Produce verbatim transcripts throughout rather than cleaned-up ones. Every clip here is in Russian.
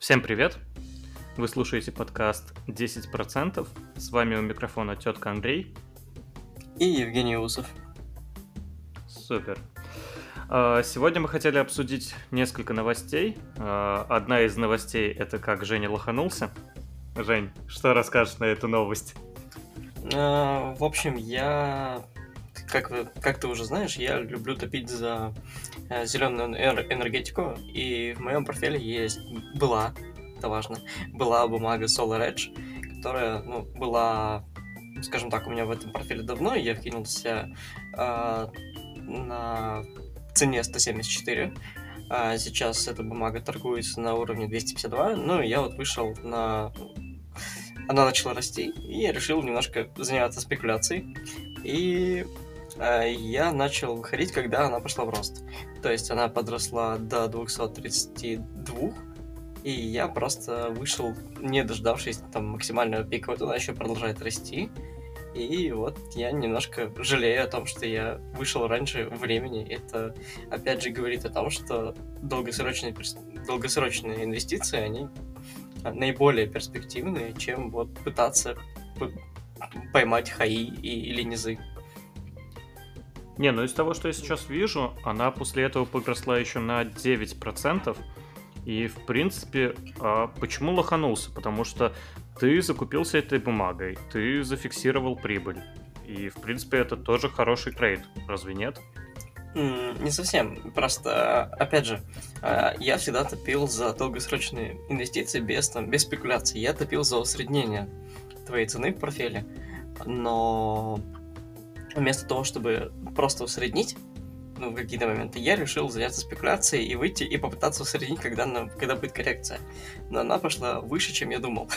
Всем привет! Вы слушаете подкаст десять процентов. С вами у микрофона тетка Андрей. И Евгений Усов. Супер. А, Сегодня мы хотели обсудить несколько новостей. А, Одна из новостей — это как Женя лоханулся. Жень, что расскажешь на эту новость? А, В общем, я, как, вы, как ты уже знаешь, я люблю топить за зеленую энергетику, и в моем портфеле есть была, это важно, была бумага Solar Edge, которая, ну, была, скажем так, у меня в этом портфеле давно, и я вкинулся а, на цене сто семьдесят четыре. А сейчас эта бумага торгуется на уровне двести пятьдесят два, ну и я вот вышел на... Она начала расти, и я решил немножко заняться спекуляцией. И э, я начал выходить, когда она пошла в рост. То есть она подросла до двухсот тридцати двух, и я просто вышел, не дождавшись там максимального пика. Вот она еще продолжает расти. И вот я немножко жалею о том, что я вышел раньше времени. Это, опять же, говорит о том, что долгосрочные, перс- долгосрочные инвестиции, они наиболее перспективные, чем вот пытаться п- поймать хаи и, или низы. Не, ну из того, что я сейчас вижу, она после этого подросла еще на девять процентов. И, в принципе, а почему лоханулся? Потому что ты закупился этой бумагой, ты зафиксировал прибыль. И, в принципе, это тоже хороший трейд, разве нет? М, Не совсем. Просто, опять же, а, я всегда топил за долгосрочные инвестиции без, там, без спекуляций. Я топил за усреднение твоей цены в портфеле. Но вместо того, чтобы просто усреднить, ну, в какие-то моменты, я решил заняться спекуляцией и выйти и попытаться усреднить, когда, она- когда будет коррекция. Но она пошла выше, чем я думал.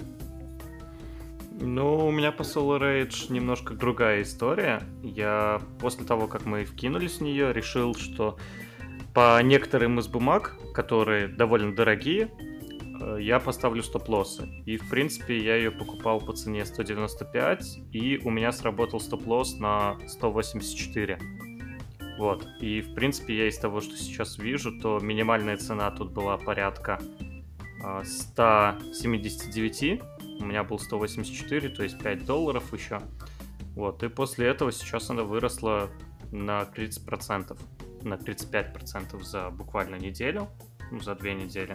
Ну, у меня по Solar Age немножко другая история. Я после того, как мы вкинулись в нее, решил, что по некоторым из бумаг, которые довольно дорогие, э, я поставлю стоп-лоссы. И, в принципе, я ее покупал по цене сто девяносто пять, и у меня сработал стоп-лосс на сто восемьдесят четыре. Вот. И, в принципе, я из того, что сейчас вижу, то минимальная цена тут была порядка а, сто семьдесят девять. У меня был сто восемьдесят четыре, то есть пять долларов еще. Вот. И после этого сейчас она выросла на тридцать процентов. На тридцать пять процентов за буквально неделю. Ну, за две недели.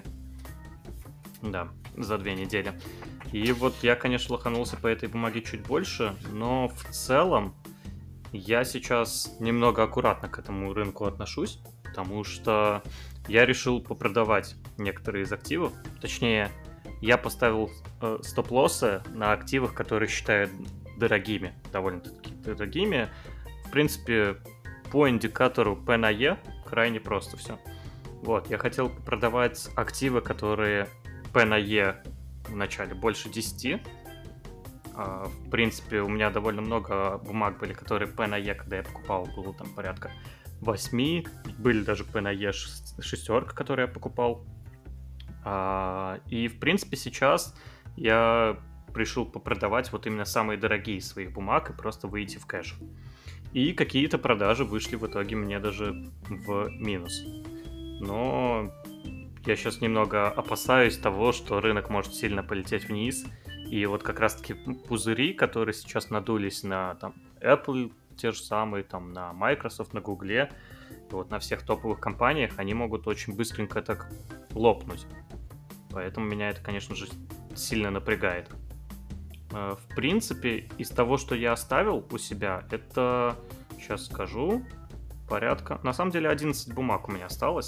Да, за две недели. И вот я, конечно, лоханулся по этой бумаге чуть больше, но в целом я сейчас немного аккуратно к этому рынку отношусь, потому что я решил попродавать некоторые из активов. Точнее, я поставил э, стоп-лоссы на активах, которые считаю дорогими, довольно-таки дорогими. В принципе, по индикатору P на E крайне просто все. Вот, я хотел продавать активы, которые P на E в начале больше десяти. А, В принципе, у меня довольно много бумаг были, которые P на E, когда я покупал, было там порядка восьми. Были даже P на E шестерка, которые я покупал. А, И, в принципе, сейчас я решил попродавать вот именно самые дорогие из своих бумаг и просто выйти в кэш. И какие-то продажи вышли в итоге мне даже в минус. Но я сейчас немного опасаюсь того, что рынок может сильно полететь вниз. И вот как раз-таки пузыри, которые сейчас надулись на там, Apple, те же самые, там, на Microsoft, на Google, вот на всех топовых компаниях, они могут очень быстренько так лопнуть. Поэтому меня это, конечно же, сильно напрягает. Э, В принципе, из того, что я оставил у себя, это, сейчас скажу, порядка... На самом деле одиннадцать бумаг у меня осталось.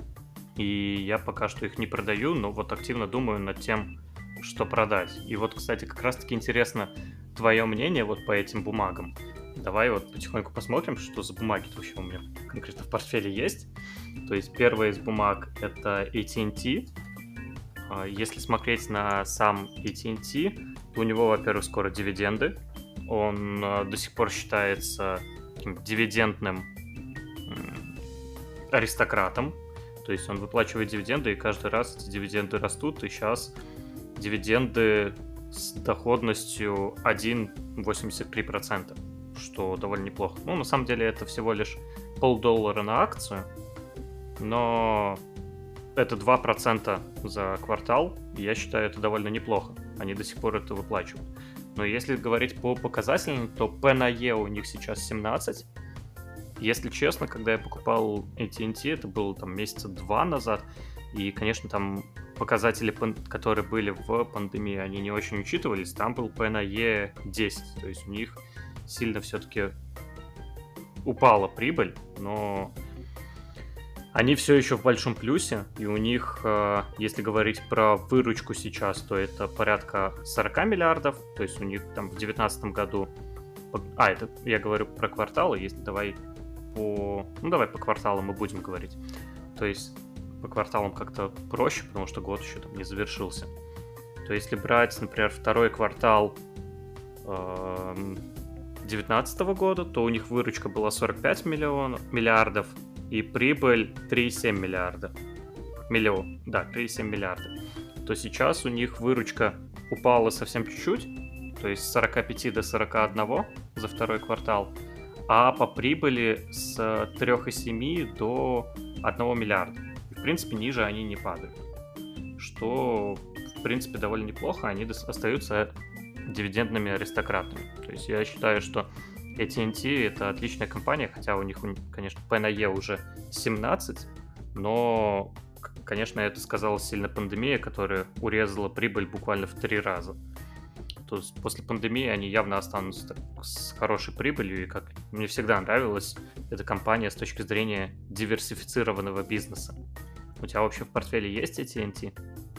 И я пока что их не продаю, но вот активно думаю над тем, что продать. И вот, кстати, как раз-таки интересно твое мнение вот по этим бумагам. Давай вот потихоньку посмотрим, что за бумаги вообще у меня конкретно в портфеле есть. То есть первая из бумаг — это эй ти энд ти. А, Если смотреть на сам эй ти энд ти, то у него, во-первых, скоро дивиденды. Он а, до сих пор считается таким дивидендным м, аристократом. То есть он выплачивает дивиденды, и каждый раз эти дивиденды растут. И сейчас дивиденды с доходностью один целых восемьдесят три сотых процента, что довольно неплохо. Ну, на самом деле, это всего лишь полдоллара на акцию, но это два процента за квартал, и я считаю, это довольно неплохо. Они до сих пор это выплачивают. Но если говорить по показателям, то P на E у них сейчас семнадцать. Если честно, когда я покупал эй ти энд ти, это было там месяца два назад, и, конечно, там показатели, которые были в пандемии, они не очень учитывались. Там был P на E десять, то есть у них сильно все-таки упала прибыль, но они все еще в большом плюсе, и у них, если говорить про выручку сейчас, то это порядка сорок миллиардов, то есть у них там в две тысячи девятнадцатом году... А, это я говорю про кварталы, если давай по... Ну, давай по кварталам мы будем говорить. То есть по кварталам как-то проще, потому что год еще там не завершился. То если брать, например, второй квартал две тысячи девятнадцатого года, то у них выручка была сорок пять миллионов, миллиардов, и прибыль три целых семь миллиарда. Миллион, да, три целых семь миллиарда. То сейчас у них выручка упала совсем чуть-чуть, то есть с сорока пяти до сорока одного за второй квартал, а по прибыли с трёх целых семи до одного миллиарда. И, в принципе, ниже они не падают. Что, в принципе, довольно неплохо. Они остаются дивидендными аристократами. То есть я считаю, что эй ти энд ти это отличная компания, хотя у них, конечно, P на E уже семнадцать, но, конечно, это сказалась сильно пандемия, которая урезала прибыль буквально в три раза. То есть после пандемии они явно останутся с хорошей прибылью, и как мне всегда нравилась эта компания с точки зрения диверсифицированного бизнеса. У тебя вообще в портфеле есть эй ти энд ти?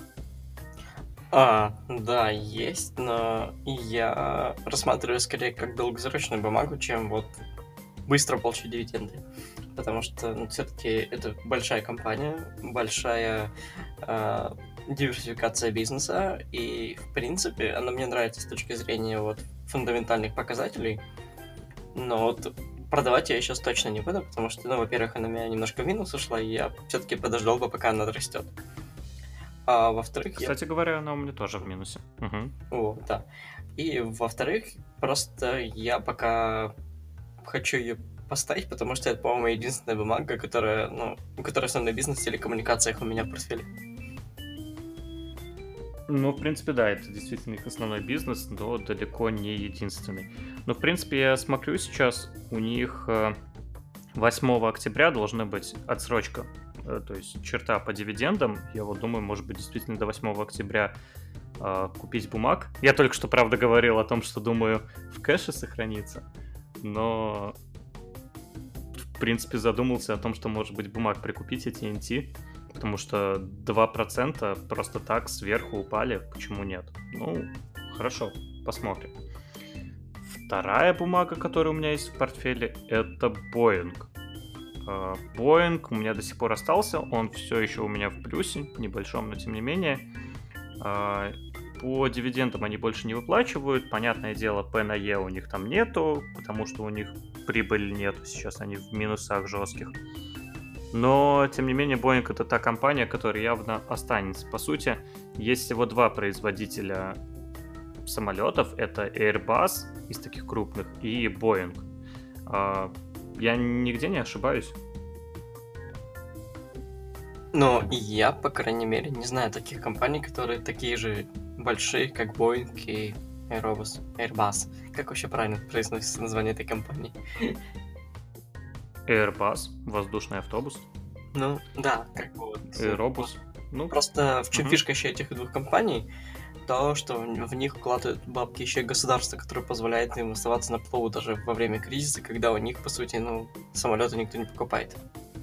А, да, есть, но я рассматриваю скорее как долгосрочную бумагу, чем вот быстро получить дивиденды. Потому что, ну, все-таки это большая компания, большая э, диверсификация бизнеса, и, в принципе, она мне нравится с точки зрения вот фундаментальных показателей, но вот продавать я сейчас точно не буду, потому что, ну, во-первых, она у меня немножко в минус ушла, и я все-таки подождал бы, пока она растет. А во-вторых... Кстати я... говоря, она у меня тоже в минусе. Угу. О, да. И во-вторых, просто я пока хочу ее поставить, потому что это, по-моему, единственная бумага, которая, ну, у которой основной бизнес в телекоммуникациях у меня в портфеле. Ну, в принципе, да, это действительно их основной бизнес, но далеко не единственный. Но, в принципе, я смотрю сейчас, у них восьмого октября должна быть отсрочка, то есть черта по дивидендам. Я вот думаю, может быть, действительно до восьмого октября э, купить бумаг. Я только что, правда, говорил о том, что думаю в кэше сохраниться, но в принципе задумался о том, что, может быть, бумаг прикупить эй ти энд ти, потому что два процента просто так сверху упали, почему нет? Ну, хорошо, посмотрим. Вторая бумага, которая у меня есть в портфеле, это Boeing. Boeing у меня до сих пор остался, он все еще у меня в плюсе, небольшом, но тем не менее. По дивидендам они больше не выплачивают, понятное дело, P на E у них там нету, потому что у них прибыли нету, сейчас они в минусах жестких. Но, тем не менее, Boeing это та компания, которая явно останется. По сути, есть всего два производителя самолетов, это Airbus из таких крупных и Boeing. Я нигде не ошибаюсь? Но я, по крайней мере, не знаю таких компаний, которые такие же большие, как Boeing и Airbus. Airbus. Как вообще правильно произносится название этой компании? Airbus, воздушный автобус. Ну, да, как бы вот. Airbus. Ну, просто в чем угу. фишка еще этих двух компаний? То, что в них вкладывают бабки еще и государство, которое позволяет им оставаться на плаву даже во время кризиса, когда у них, по сути, ну, самолеты никто не покупает.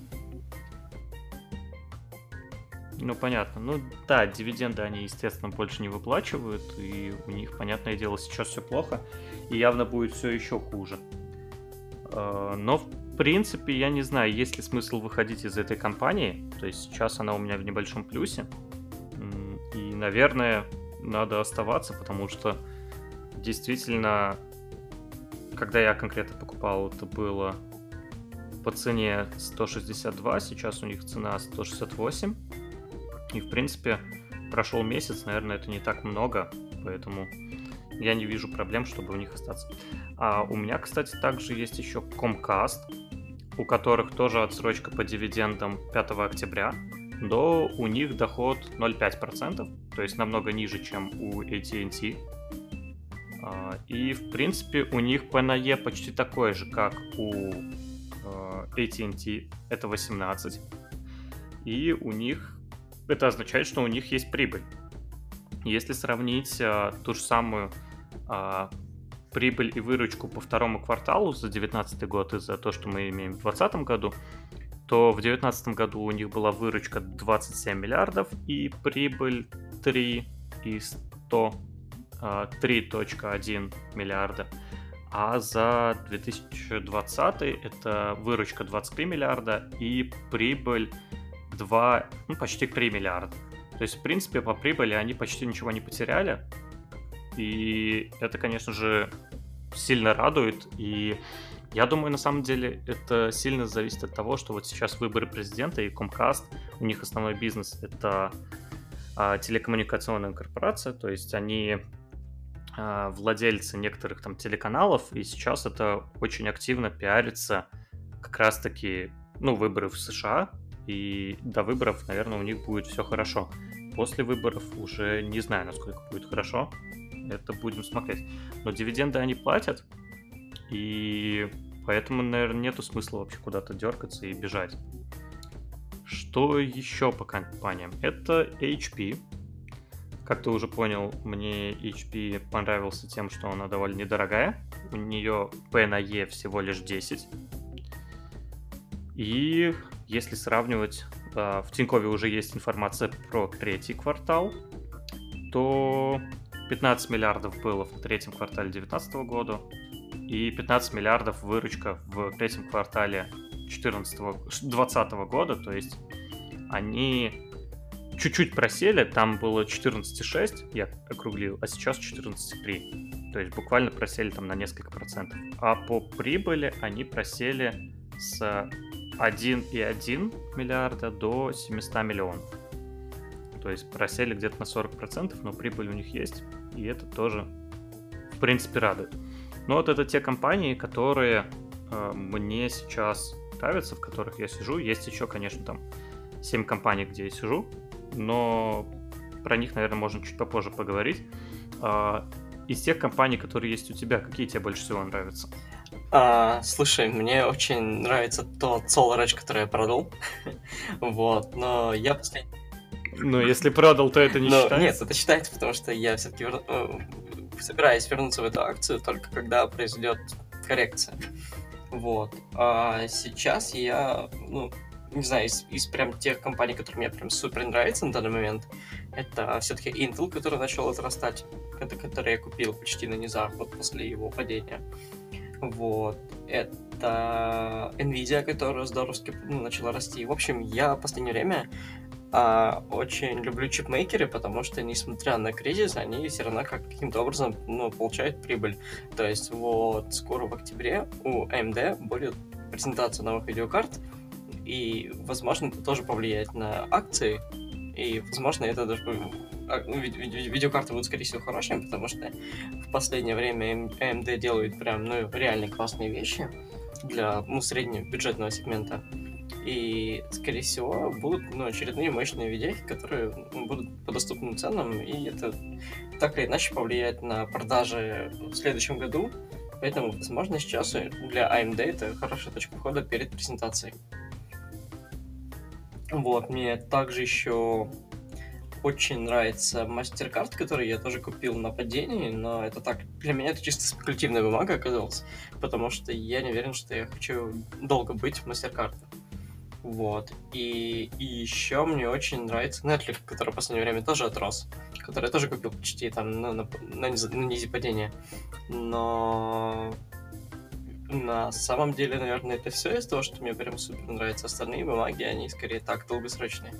Ну, понятно. Ну, да, дивиденды они, естественно, больше не выплачивают, и у них, понятное дело, сейчас все плохо, и явно будет все еще хуже. Но, в принципе, я не знаю, есть ли смысл выходить из этой компании, то есть сейчас она у меня в небольшом плюсе, и, наверное, надо оставаться, потому что действительно, когда я конкретно покупал, это было по цене сто шестьдесят два, сейчас у них цена сто шестьдесят восемь, и, в принципе, прошел месяц, наверное, это не так много, поэтому я не вижу проблем, чтобы у них остаться. А у меня, кстати, также есть еще Comcast, у которых тоже отсрочка по дивидендам пятого октября. но у них доход ноль целых пять десятых процента, то есть намного ниже, чем у эй ти энд ти. И, в принципе, у них пэ на и почти такой же, как у эй ти энд ти, это восемнадцать. И у них, это означает, что у них есть прибыль. Если сравнить а, ту же самую а, прибыль и выручку по второму кварталу за две тысячи девятнадцатый год и за то, что мы имеем в двадцатом году, то в две тысячи девятнадцатом году у них была выручка двадцать семь миллиардов и прибыль три и сто три целых один миллиарда. А за две тысячи двадцатый это выручка двадцать три миллиарда и прибыль два, ну, почти три миллиарда. То есть, в принципе, по прибыли они почти ничего не потеряли. И это, конечно же, сильно радует. И я думаю, на самом деле, это сильно зависит от того, что вот сейчас выборы президента и Comcast, у них основной бизнес — это а, телекоммуникационная корпорация, то есть они а, владельцы некоторых там телеканалов, и сейчас это очень активно пиарится как раз-таки, ну, выборы в США, и до выборов, наверное, у них будет все хорошо. После выборов уже не знаю, насколько будет хорошо, это будем смотреть. Но дивиденды они платят, и поэтому, наверное, нету смысла вообще куда-то дергаться и бежать. Что еще по компаниям? Это эйч пи. Как ты уже понял, мне эйч пи понравился тем, что она довольно недорогая. У нее пэ на и всего лишь десять. И если сравнивать, в Тинькове уже есть информация про третий квартал, то пятнадцать миллиардов было в третьем квартале две тысячи девятнадцатого года и пятнадцать миллиардов выручка в третьем квартале двадцатого года, то есть они чуть-чуть просели, там было четырнадцать целых шесть, я округлил, а сейчас четырнадцать целых три, то есть буквально просели там на несколько процентов. А по прибыли они просели с один целых один миллиарда до семьсот миллионов. То есть просели где-то на сорок процентов, но прибыль у них есть, и это тоже, в принципе, радует. Но вот это те компании, которые э, мне сейчас нравятся, в которых я сижу. Есть еще, конечно, там семь компаний, где я сижу, но про них, наверное, можно чуть попозже поговорить. Э, из тех компаний, которые есть у тебя, какие тебе больше всего нравятся? А, слушай, мне очень нравится тот SolarEdge, который я продал. Вот, но я последний... Ну, если продал, то это не Но, считается? Нет, это считается, потому что я все-таки вер... собираюсь вернуться в эту акцию только когда произойдет коррекция. Вот. А сейчас я, ну, не знаю, из, из прям тех компаний, которые мне прям супер нравятся на данный момент, это все-таки Intel, который начал отрастать, это который я купил почти на низах вот после его падения. Вот. Это Nvidia, которая здоровски, ну, начала расти. В общем, я в последнее время а, очень люблю чипмейкеры, потому что, несмотря на кризис, они все равно как, каким-то образом, ну, получают прибыль. То есть вот скоро в октябре у эй эм ди будет презентация новых видеокарт, и, возможно, это тоже повлияет на акции, и, возможно, это даже... Видеокарты будут, скорее всего, хорошими, потому что в последнее время эй эм ди делает прям, ну, реально классные вещи для, ну, среднего бюджетного сегмента. И, скорее всего, будут, ну, очередные мощные видеохи, которые, ну, будут по доступным ценам, и это так или иначе повлияет на продажи в следующем году. Поэтому, возможно, сейчас для эй эм ди это хорошая точка входа перед презентацией. Вот, мне также еще очень нравится MasterCard, который я тоже купил на падении, но это так, для меня это чисто спекулятивная бумага оказалась, потому что я не уверен, что я хочу долго быть в MasterCard. Вот. И, и еще мне очень нравится Netflix, который в последнее время тоже отрос, который я тоже купил почти там на, на, на, низ, на низе падения. Но на самом деле, наверное, это все из того, что мне прям супер нравится. Остальные бумаги, они скорее так, долгосрочные.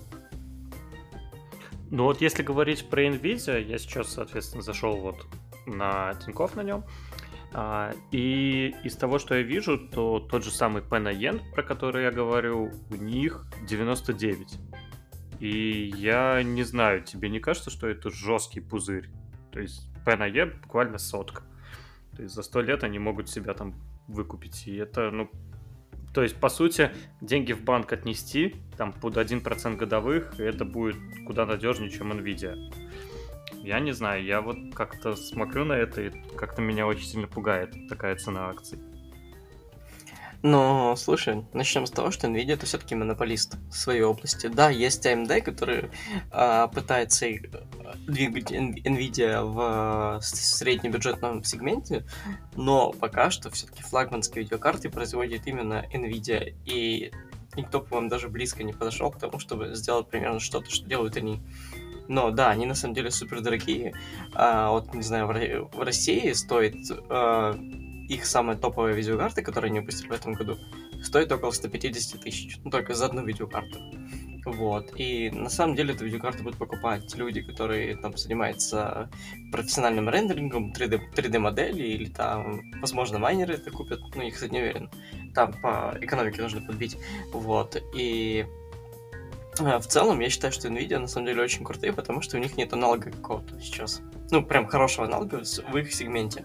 Ну вот если говорить про Nvidia, я сейчас, соответственно, зашел вот на Тинькофф на нем, а, и из того, что я вижу, то тот же самый пэ на и, про который я говорю, у них девяносто девять. И я не знаю, тебе не кажется, что это жесткий пузырь? То есть пэ на и буквально сотка. То есть за сто лет они могут себя там выкупить. И это, ну, То есть, по сути, деньги в банк отнести, там, под один процент годовых, и это будет куда надежнее, чем Nvidia. Я не знаю, я вот как-то смотрю на это, и как-то меня очень сильно пугает такая цена акций. Но, слушай, начнем с того, что Nvidia это все-таки монополист в своей области. Да, есть эй эм ди, который а, пытается э, двигать Н- Nvidia в э, с- среднебюджетном сегменте, но пока что все-таки флагманские видеокарты производит именно Nvidia, и никто, по-моему, даже близко не подошел к тому, чтобы сделать примерно что-то, что делают они. Но да, они на самом деле супер дорогие. А, вот, не знаю, в, Ро- в России стоит а, их самая топовая видеокарта, которую они выпустили в этом году, стоит около сто пятьдесят тысяч. Ну, только за одну видеокарту. Вот. И на самом деле эту видеокарту будут покупать люди, которые там занимаются профессиональным рендерингом три дэ, три дэ-модели, или там, возможно, майнеры это купят, но я, кстати, не уверен. Там по экономике нужно подбить. Вот. И а, в целом, я считаю, что Nvidia на самом деле очень крутые, потому что у них нет аналога какого-то сейчас. Ну, прям хорошего аналога с- в их сегменте.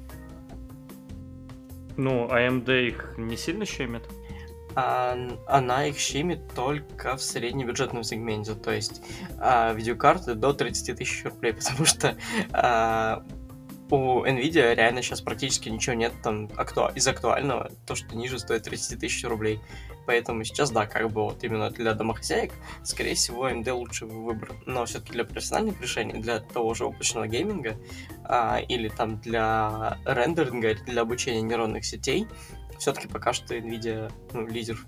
Ну, эй эм ди их не сильно щемит? А, н- она их щемит только в среднебюджетном сегменте, то есть а, видеокарты до тридцать тысяч рублей, потому что а, у Nvidia реально сейчас практически ничего нет там акту- из актуального, то, что ниже стоит тридцать тысяч рублей. Поэтому сейчас, да, как бы вот именно для домохозяек, скорее всего, эй эм ди лучший выбор. Но все-таки для профессиональных решений, для того же облачного гейминга, а, или там для рендеринга, или для обучения нейронных сетей, все-таки пока что Nvidia, ну, лидер.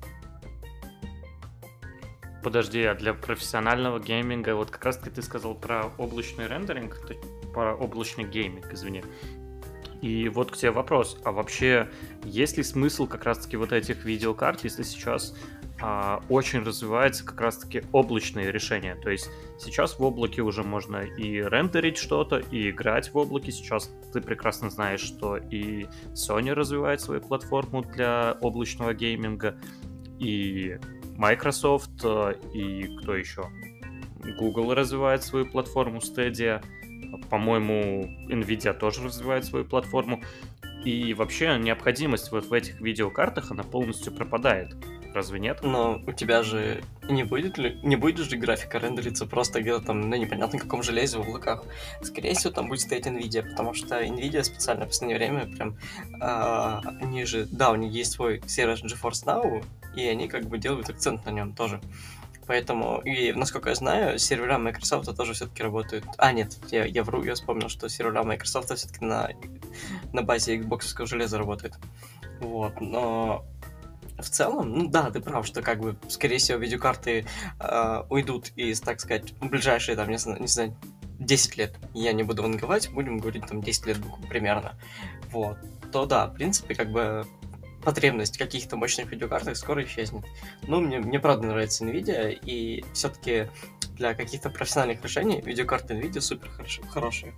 Подожди, а для профессионального гейминга, вот как раз-таки ты сказал про облачный рендеринг, то- про облачный гейминг, извини. И вот к тебе вопрос, а вообще есть ли смысл как раз-таки вот этих видеокарт, если сейчас а, очень развивается как раз-таки облачные решения? То есть сейчас в облаке уже можно и рендерить что-то, и играть в облаке. Сейчас ты прекрасно знаешь, что и Sony развивает свою платформу для облачного гейминга, и Microsoft, э, и кто еще? Google развивает свою платформу Stadia. По-моему, Nvidia тоже развивает свою платформу. И вообще необходимость вот в этих видеокартах, она полностью пропадает. Разве нет? Но у тебя же не будет ли, не будет же графика рендериться просто где-то там на непонятно каком железе в облаках. Скорее всего, там будет стоять Nvidia, потому что Nvidia специально в последнее время прям а, они же, да, у них есть свой сервис GeForce Now, и они как бы делают акцент на нем тоже. Поэтому, и насколько я знаю, сервера Microsoft тоже все-таки работают. А, нет, я, я вру, я вспомнил, что сервера Microsoft все-таки на, на базе Xbox железа работают. Вот, но в целом, ну да, ты прав, что как бы, скорее всего, видеокарты э, уйдут из, так сказать, в ближайшие, там, не знаю, не знаю, десять лет. Я не буду ванговать, будем говорить, там, десять лет примерно. Вот. То да, в принципе, как бы потребность в каких-то мощных видеокартах скоро исчезнет. Но мне, мне правда нравится Nvidia, и все-таки для каких-то профессиональных решений видеокарты Nvidia супер хороши- хорошие.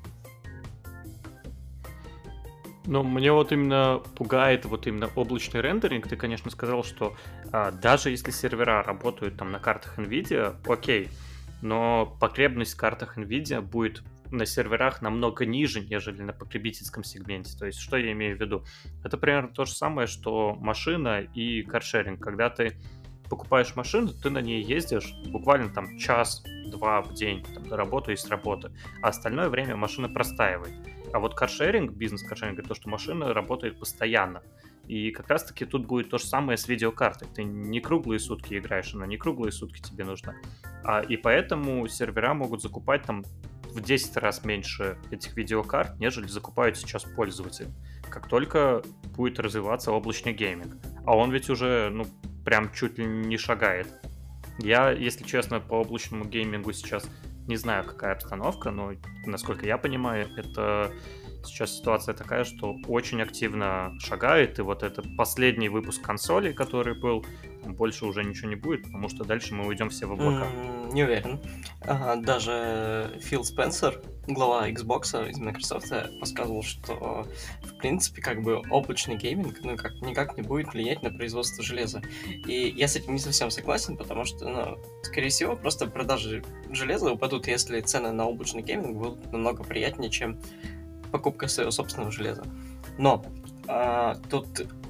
Но мне вот именно пугает вот именно облачный рендеринг. Ты, конечно, сказал, что а, даже если сервера работают там на картах Nvidia, окей, но потребность в картах Nvidia будет на серверах намного ниже, нежели на потребительском сегменте. То есть, что я имею в виду? Это примерно то же самое, что машина и каршеринг. Когда ты покупаешь машину, ты на ней ездишь буквально там час-два в день там, до работы и с работы, а остальное время машина простаивает. А вот каршеринг, бизнес-каршеринг, это то, что машина работает постоянно. И как раз-таки тут будет то же самое с видеокартой. Ты не круглые сутки играешь, она не круглые сутки тебе нужна. А, и поэтому сервера могут закупать там в десять раз меньше этих видеокарт, нежели закупают сейчас пользователи. Как только будет развиваться облачный гейминг. А он ведь уже, ну, прям чуть ли не шагает. Я, если честно, по облачному геймингу сейчас не знаю, какая обстановка, но, насколько я понимаю, это сейчас ситуация такая, что очень активно шагает, и вот это последний выпуск консоли, который был, там больше уже ничего не будет, потому что дальше мы уйдем все в облака. М, Не уверен. Ага, даже Фил Спенсер, глава Xbox из Microsoft, рассказывал, что в принципе как бы облачный гейминг ну, как, никак не будет влиять на производство железа. И я с этим не совсем согласен, потому что, ну, скорее всего, просто продажи железа упадут, если цены на облачный гейминг будут намного приятнее, чем покупка своего собственного железа. Но а, тут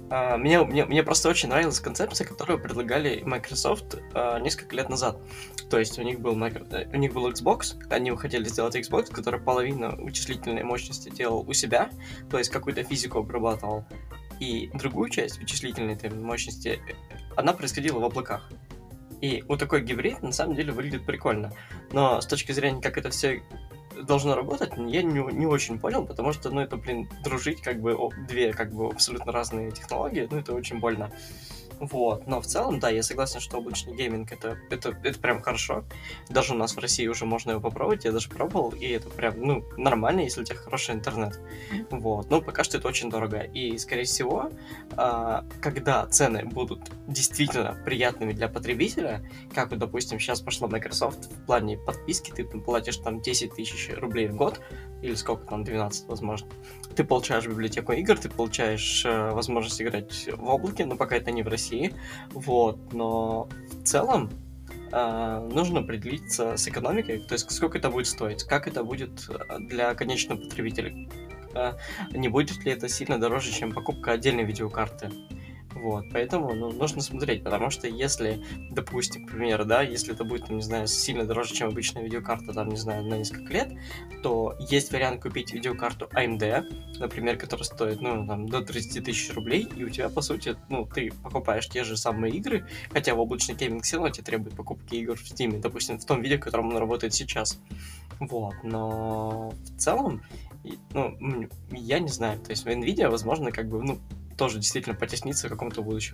А, мне, мне, мне просто очень нравилась концепция, которую предлагали Microsoft а, несколько лет назад. То есть у них был micro- э, у них был Xbox, они хотели сделать Xbox, который половину вычислительной мощности делал у себя, то есть какую-то физику обрабатывал, и другую часть вычислительной этой мощности, э, она происходила в облаках. И вот такой гибрид на самом деле выглядит прикольно. Но с точки зрения, как это все должно работать, я не, не очень понял, потому что, ну, это, блин, дружить, как бы, о, две, как бы, абсолютно разные технологии, ну, это очень больно. Вот, но в целом, да, я согласен, что облачный гейминг это, это, это прям хорошо. Даже у нас в России уже можно его попробовать, я даже пробовал, и это прям, ну, нормально, если у тебя хороший интернет. Вот, но пока что это очень дорого. И, скорее всего, а, когда цены будут действительно приятными для потребителя, как вот, допустим, сейчас пошла Microsoft в плане подписки, ты платишь там десять тысяч рублей в год, или сколько там, двенадцать, возможно. Ты получаешь библиотеку игр, ты получаешь э, возможность играть в облаке, но пока это не в России. Вот, но в целом э, нужно определиться с экономикой, то есть сколько это будет стоить, как это будет для конечного потребителя. Э, не будет ли это сильно дороже, чем покупка отдельной видеокарты. Вот, поэтому, ну, нужно смотреть, потому что если, допустим, к примеру, да, если это будет, не знаю, сильно дороже, чем обычная видеокарта, там, не знаю, на несколько лет, то есть вариант купить видеокарту эй эм ди, например, которая стоит, ну, там, до тридцать тысяч рублей, и у тебя, по сути, ну, ты покупаешь те же самые игры, хотя в облачный гейминг все равно тебе требует покупки игр в Steam, допустим, в том виде, в котором он работает сейчас. Вот, но в целом, ну, я не знаю, то есть Nvidia, возможно, как бы, ну, тоже действительно потесниться в каком-то будущем.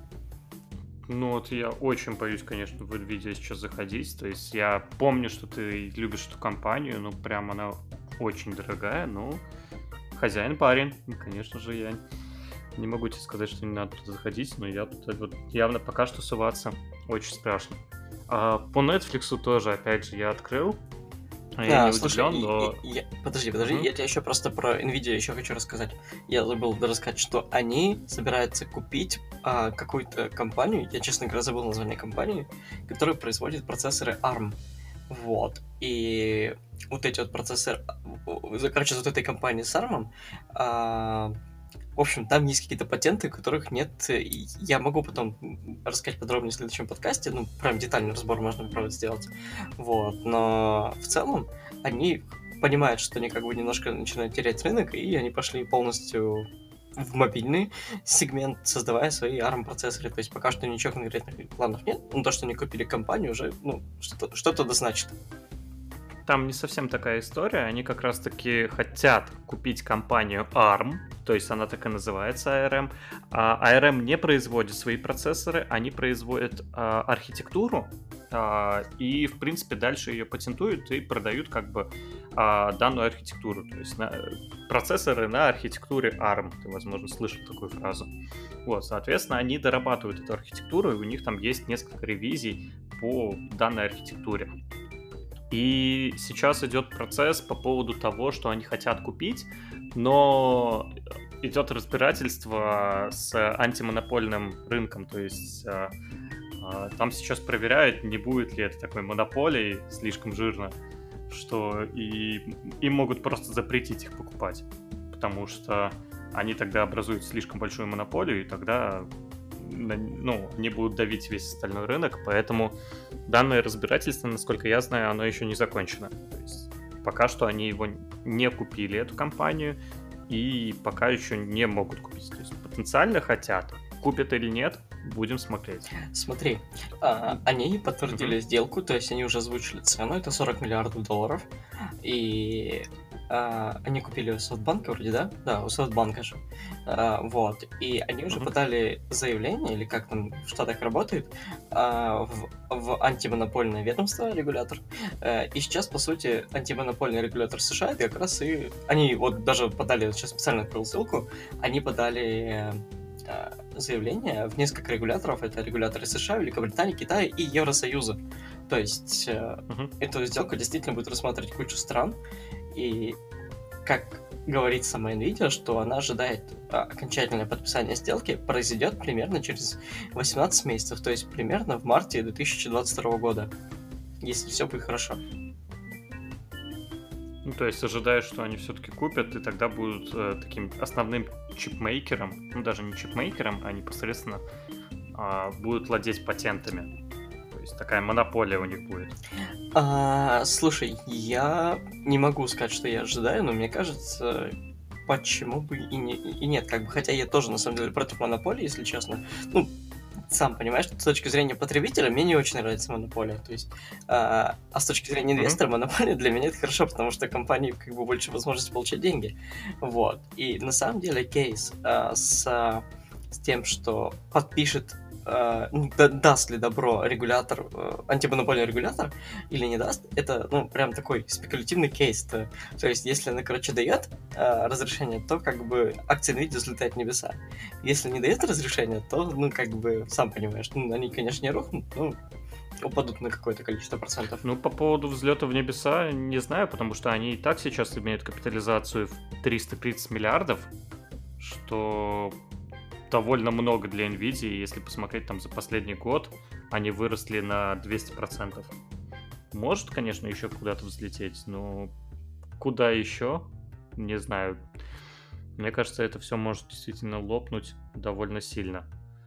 Ну вот я очень боюсь, конечно, в Nvidia сейчас заходить. То есть я помню, что ты любишь эту компанию, ну прям она очень дорогая, ну хозяин парень. Конечно же, я не могу тебе сказать, что не надо туда заходить, но я тут вот явно пока что суваться очень страшно. А по Netflix тоже, опять же, я открыл. Я А, не слушай, удивлен, и- но... и- я- подожди, подожди, Мгм. я тебе еще просто про Nvidia еще хочу рассказать. Я забыл рассказать, что они собираются купить а, какую-то компанию, я, честно говоря, забыл название компании, которая производит процессоры арм. Вот. И вот эти вот процессоры... за- Короче, за вот этой компанией с арм, а, в общем, там есть какие-то патенты, которых нет. И я могу потом м, рассказать подробнее в следующем подкасте. Ну, прям детальный разбор можно попробовать сделать. Вот. Но в целом они понимают, что они как бы немножко начинают терять рынок, и они пошли полностью в мобильный сегмент, создавая свои арм-процессоры. То есть пока что ничего конкретных планов нет, но то, что они купили компанию, уже, ну, что-то, что-то да значит. Там не совсем такая история. Они как раз-таки хотят купить компанию арм, то есть она так и называется эй ар эм. А эй ар эм не производит свои процессоры, они производят а, архитектуру, а, и, в принципе, дальше ее патентуют и продают как бы а, данную архитектуру. То есть на, процессоры на архитектуре арм. Ты, возможно, слышал такую фразу. Вот, соответственно, они дорабатывают эту архитектуру, и у них там есть несколько ревизий по данной архитектуре. И сейчас идет процесс по поводу того, что они хотят купить, но идет разбирательство с антимонопольным рынком, то есть а, а, там сейчас проверяют, не будет ли это такой монополией слишком жирно, что и им могут просто запретить их покупать, потому что они тогда образуют слишком большую монополию, и тогда ну, они будут давить весь остальной рынок, поэтому данное разбирательство, насколько я знаю, оно еще не закончено. То есть пока что они его не купили, эту компанию, и пока еще не могут купить. То есть потенциально хотят. Купят или нет, будем смотреть. Смотри, а, они подтвердили mm-hmm. сделку, то есть они уже озвучили цену, это сорок миллиардов долларов, и а, они купили у Софтбанка вроде, да? Да, у Софтбанка же. А, вот, и они уже mm-hmm. подали заявление, или как там в Штатах работает, а, в, в антимонопольное ведомство, регулятор, а, и сейчас, по сути, антимонопольный регулятор США, это как раз и... Они вот даже подали, сейчас специально открыл ссылку, они подали заявление в несколько регуляторов. Это регуляторы США, Великобритании, Китая и Евросоюза. То есть uh-huh. эту сделку действительно будет рассматривать кучу стран. И, как говорит сама Nvidia, что она ожидает окончательное подписание сделки произойдет примерно через восемнадцать месяцев, то есть примерно в марте две тысячи двадцать второго года, если все будет хорошо. Ну, то есть ожидаешь, что они все-таки купят, и тогда будут э, таким основным чипмейкером, ну даже не чипмейкером, а непосредственно а, будут владеть патентами. То есть такая монополия у них будет. А, слушай, я не могу сказать, что я ожидаю, но мне кажется, почему бы и, не, и нет, как бы, хотя я тоже на самом деле против монополии, если честно. Ну, сам понимаешь, с точки зрения потребителя мне не очень нравится монополия. То есть, а, а с точки зрения инвестора mm-hmm. монополия для меня это хорошо, потому что компании как бы больше возможности получать деньги. Вот. И на самом деле кейс а, с, с тем, что подпишет, а, да, даст ли добро регулятор, а, антимонопольный регулятор или не даст, это, ну, прям такой спекулятивный кейс. То, то есть, если она, короче, дает а, разрешение, то как бы акции NVIDIA взлетают в небеса. Если не дает разрешения, то, ну, как бы, сам понимаешь, ну, они, конечно, не рухнут, но упадут на какое-то количество процентов. Ну, по поводу взлета в небеса, не знаю, потому что они и так сейчас имеют капитализацию в триста тридцать миллиардов, что довольно много для NVIDIA, если посмотреть там за последний год, они выросли на двести процентов. Может, конечно, еще куда-то взлететь, но куда еще? Не знаю. Мне кажется, это все может действительно лопнуть довольно сильно.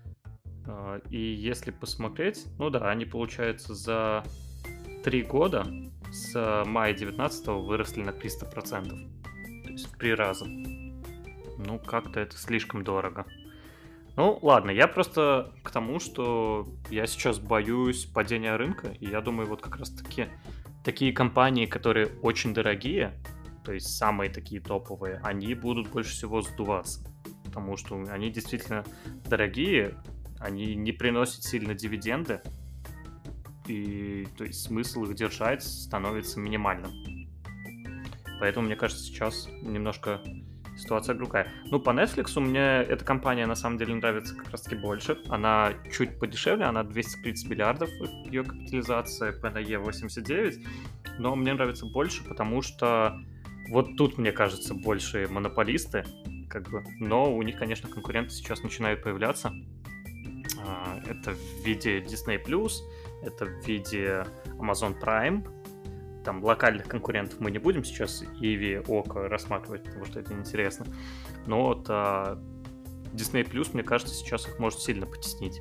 И если посмотреть, ну да, они, получается, за три года с мая девятнадцатого выросли на триста процентов. То есть в три раза. Ну, как-то это слишком дорого. Ну, ладно, я просто к тому, что я сейчас боюсь падения рынка, и я думаю, вот как раз-таки такие компании, которые очень дорогие, то есть самые такие топовые, они будут больше всего сдуваться, потому что они действительно дорогие, они не приносят сильно дивиденды, и то есть смысл их держать становится минимальным. Поэтому, мне кажется, сейчас немножко ситуация другая. Ну, по Netflix мне эта компания на самом деле нравится как раз-таки больше. Она чуть подешевле, она двести тридцать миллиардов, ее капитализация, пэ эн и восемьдесят девять, но мне нравится больше, потому что вот тут, мне кажется, больше монополисты, как бы, но у них, конечно, конкуренты сейчас начинают появляться. Это в виде Disney+, это в виде Amazon Prime. Там локальных конкурентов мы не будем сейчас Иви, Око рассматривать, потому что это неинтересно. Но вот а, Disney+, мне кажется, сейчас их может сильно потеснить.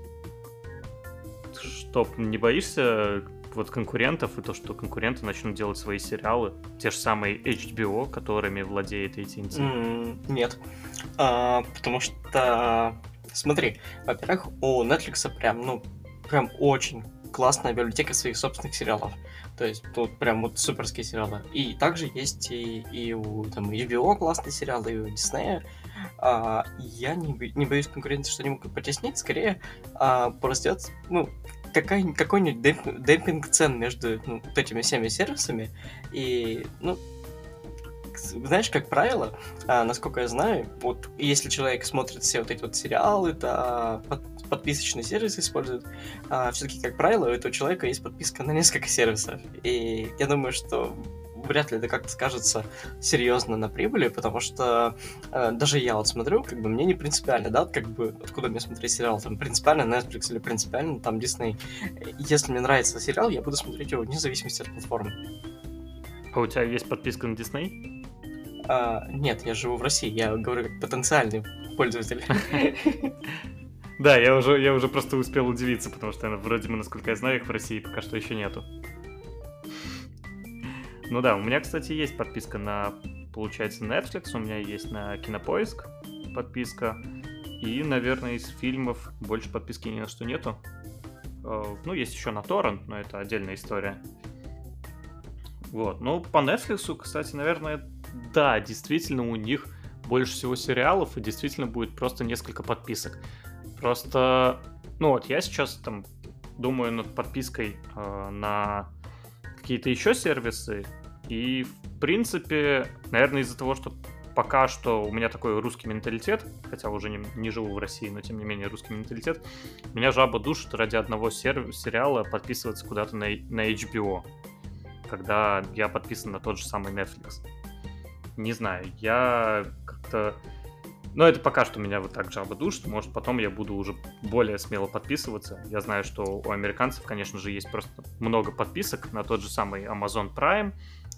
Что, не боишься вот конкурентов и то, что конкуренты начнут делать свои сериалы, те же самые эйч би о, которыми владеет эй ти энд ти? Mm, нет, а, потому что, смотри, во-первых, у Netflix прям, ну, прям очень классная библиотека своих собственных сериалов. То есть тут прям вот суперские сериалы. И также есть и, и у там, ю би о классные сериалы, и у Disney. А, я не, не боюсь конкуренции, что они могут потеснить. Скорее, а, порастет, ну, какая, какой-нибудь демп, демпинг цен между ну, вот этими всеми сервисами. И, ну, знаешь, как правило, а, насколько я знаю, вот если человек смотрит все вот эти вот сериалы, да, под, подписочный сервис использует, а, все-таки, как правило, у этого человека есть подписка на несколько сервисов. И я думаю, что вряд ли это как-то скажется серьезно на прибыли, потому что э, даже я вот смотрю, как бы мне не принципиально, да, как бы откуда мне смотреть сериал, там принципиально Netflix или принципиально там Disney. Если мне нравится сериал, я буду смотреть его вне зависимости от платформы. А у тебя есть подписка на Disney? А, нет, я живу в России, я говорю как потенциальный пользователь. Да, я уже, я уже просто успел удивиться, потому что вроде бы, насколько я знаю, их в России пока что еще нету. Ну да, у меня, кстати, есть подписка на, получается, Netflix, у меня есть на Кинопоиск подписка, и, наверное, из фильмов больше подписки ни на что нету. Ну, есть еще на Torrent, но это отдельная история. Вот, ну, по Netflix, кстати, наверное, да, действительно, у них больше всего сериалов, и действительно будет просто несколько подписок. Просто, ну вот, я сейчас там думаю над подпиской э, на какие-то еще сервисы, и, в принципе, наверное, из-за того, что пока что у меня такой русский менталитет, хотя уже не, не живу в России, но, тем не менее, русский менталитет, меня жаба душит ради одного сер- сериала подписываться куда-то на, на эйч би о, когда я подписан на тот же самый Netflix. Не знаю, я как-то... Но это пока что меня вот так жаба душит, может потом я буду уже более смело подписываться. Я знаю, что у американцев, конечно же, есть просто много подписок на тот же самый Amazon Prime,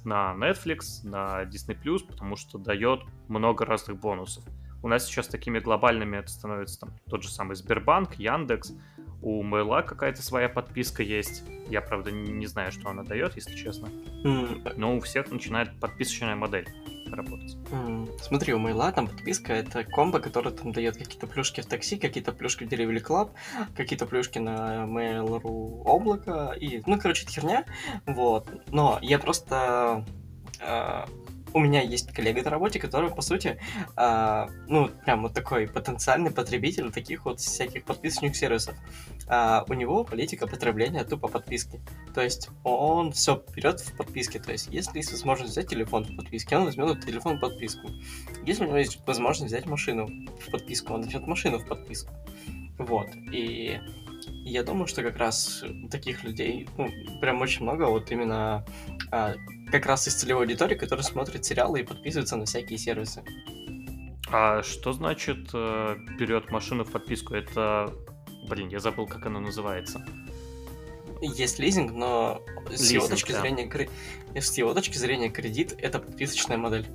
на Netflix, на Disney+, потому что дает много разных бонусов. У нас сейчас такими глобальными это становится там тот же самый Сбербанк, Яндекс, у Мейла какая-то своя подписка есть. Я, правда, не знаю, что она дает, если честно. Mm. Но у всех начинает подписочная модель работать. Mm. Смотри, у Мейла там подписка — это комбо, которое там дает какие-то плюшки в такси, какие-то плюшки в Delivery Club, какие-то плюшки на Mail.ru облако, и, ну, короче, это херня, вот. Но я просто... Э- У меня есть коллега на работе, который, по сути, э, ну, прям вот такой потенциальный потребитель таких вот всяких подписочных сервисов. Э, у него политика потребления тупо подписки. То есть он все берет в подписке. То есть если есть возможность взять телефон в подписке, он возьмет этот телефон в подписку. Если у него есть возможность взять машину в подписку, он возьмет машину в подписку. Вот. И я думаю, что как раз таких людей, ну, прям очень много, вот именно а, как раз из целевой аудитории, которые смотрят сериалы и подписываются на всякие сервисы. А что значит э, берет машину в подписку? Это, блин, я забыл, как оно называется. Есть лизинг, но с Лизинг, его точки да. зрения, кре- с его точки зрения кредит — это подписочная модель.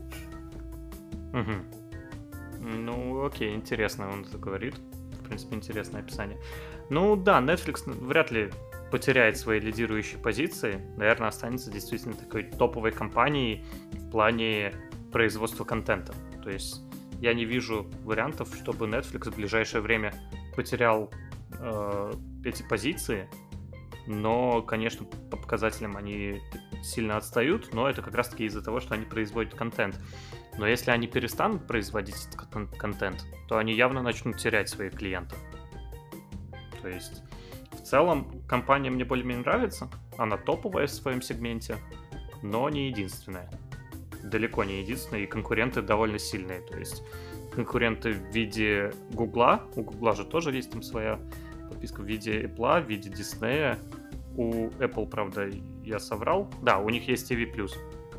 Угу. Ну, окей, интересно, он это говорит. В принципе, интересное описание. Ну да, Netflix вряд ли потеряет свои лидирующие позиции. Наверное, останется действительно такой топовой компанией в плане производства контента. То есть я не вижу вариантов, чтобы Netflix в ближайшее время потерял э, эти позиции. Но, конечно, по показателям они сильно отстают, но это как раз-таки из-за того, что они производят контент. Но если они перестанут производить этот контент, то они явно начнут терять своих клиентов. То есть, в целом, компания мне более-менее нравится. Она топовая в своем сегменте, но не единственная. Далеко не единственная, и конкуренты довольно сильные. То есть, конкуренты в виде Гугла. У Гугла же тоже есть там своя подписка в виде Apple, в виде Disney. У Apple, правда, я соврал. Да, у них есть ти ви плюс,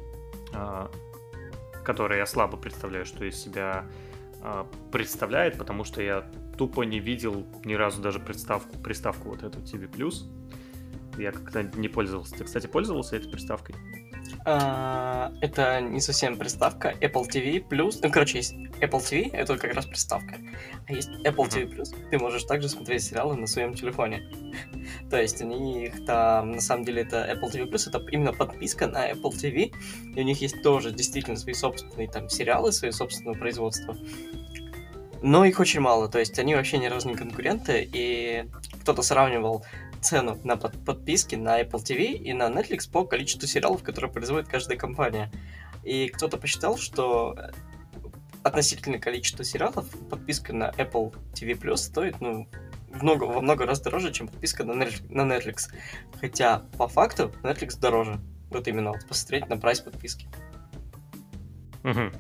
который я слабо представляю, что из себя представляет, потому что я тупо не видел ни разу даже приставку, приставку вот эту ти ви плюс. Я как-то не пользовался. Ты, кстати, пользовался этой приставкой? А, это не совсем приставка. Apple ти ви плюс. Ну, короче, есть Apple ти ви, это как раз приставка. А есть Apple ти ви плюс. Ты можешь также смотреть сериалы на своем телефоне. То есть у них там, на самом деле, это Apple ти ви плюс, это именно подписка на Apple ти ви. И у них есть тоже действительно свои собственные там сериалы, свои собственного производства. Но их очень мало. То есть они вообще ни разу не конкуренты. И кто-то сравнивал цену на под- подписки на Apple ти ви и на Netflix по количеству сериалов, которые производит каждая компания. И кто-то посчитал, что относительное количество сериалов подписка на Apple ти ви плюс стоит, ну, много, во много раз дороже, чем подписка на Netflix. Хотя, по факту, Netflix дороже. Вот именно, вот посмотреть на прайс подписки. Угу.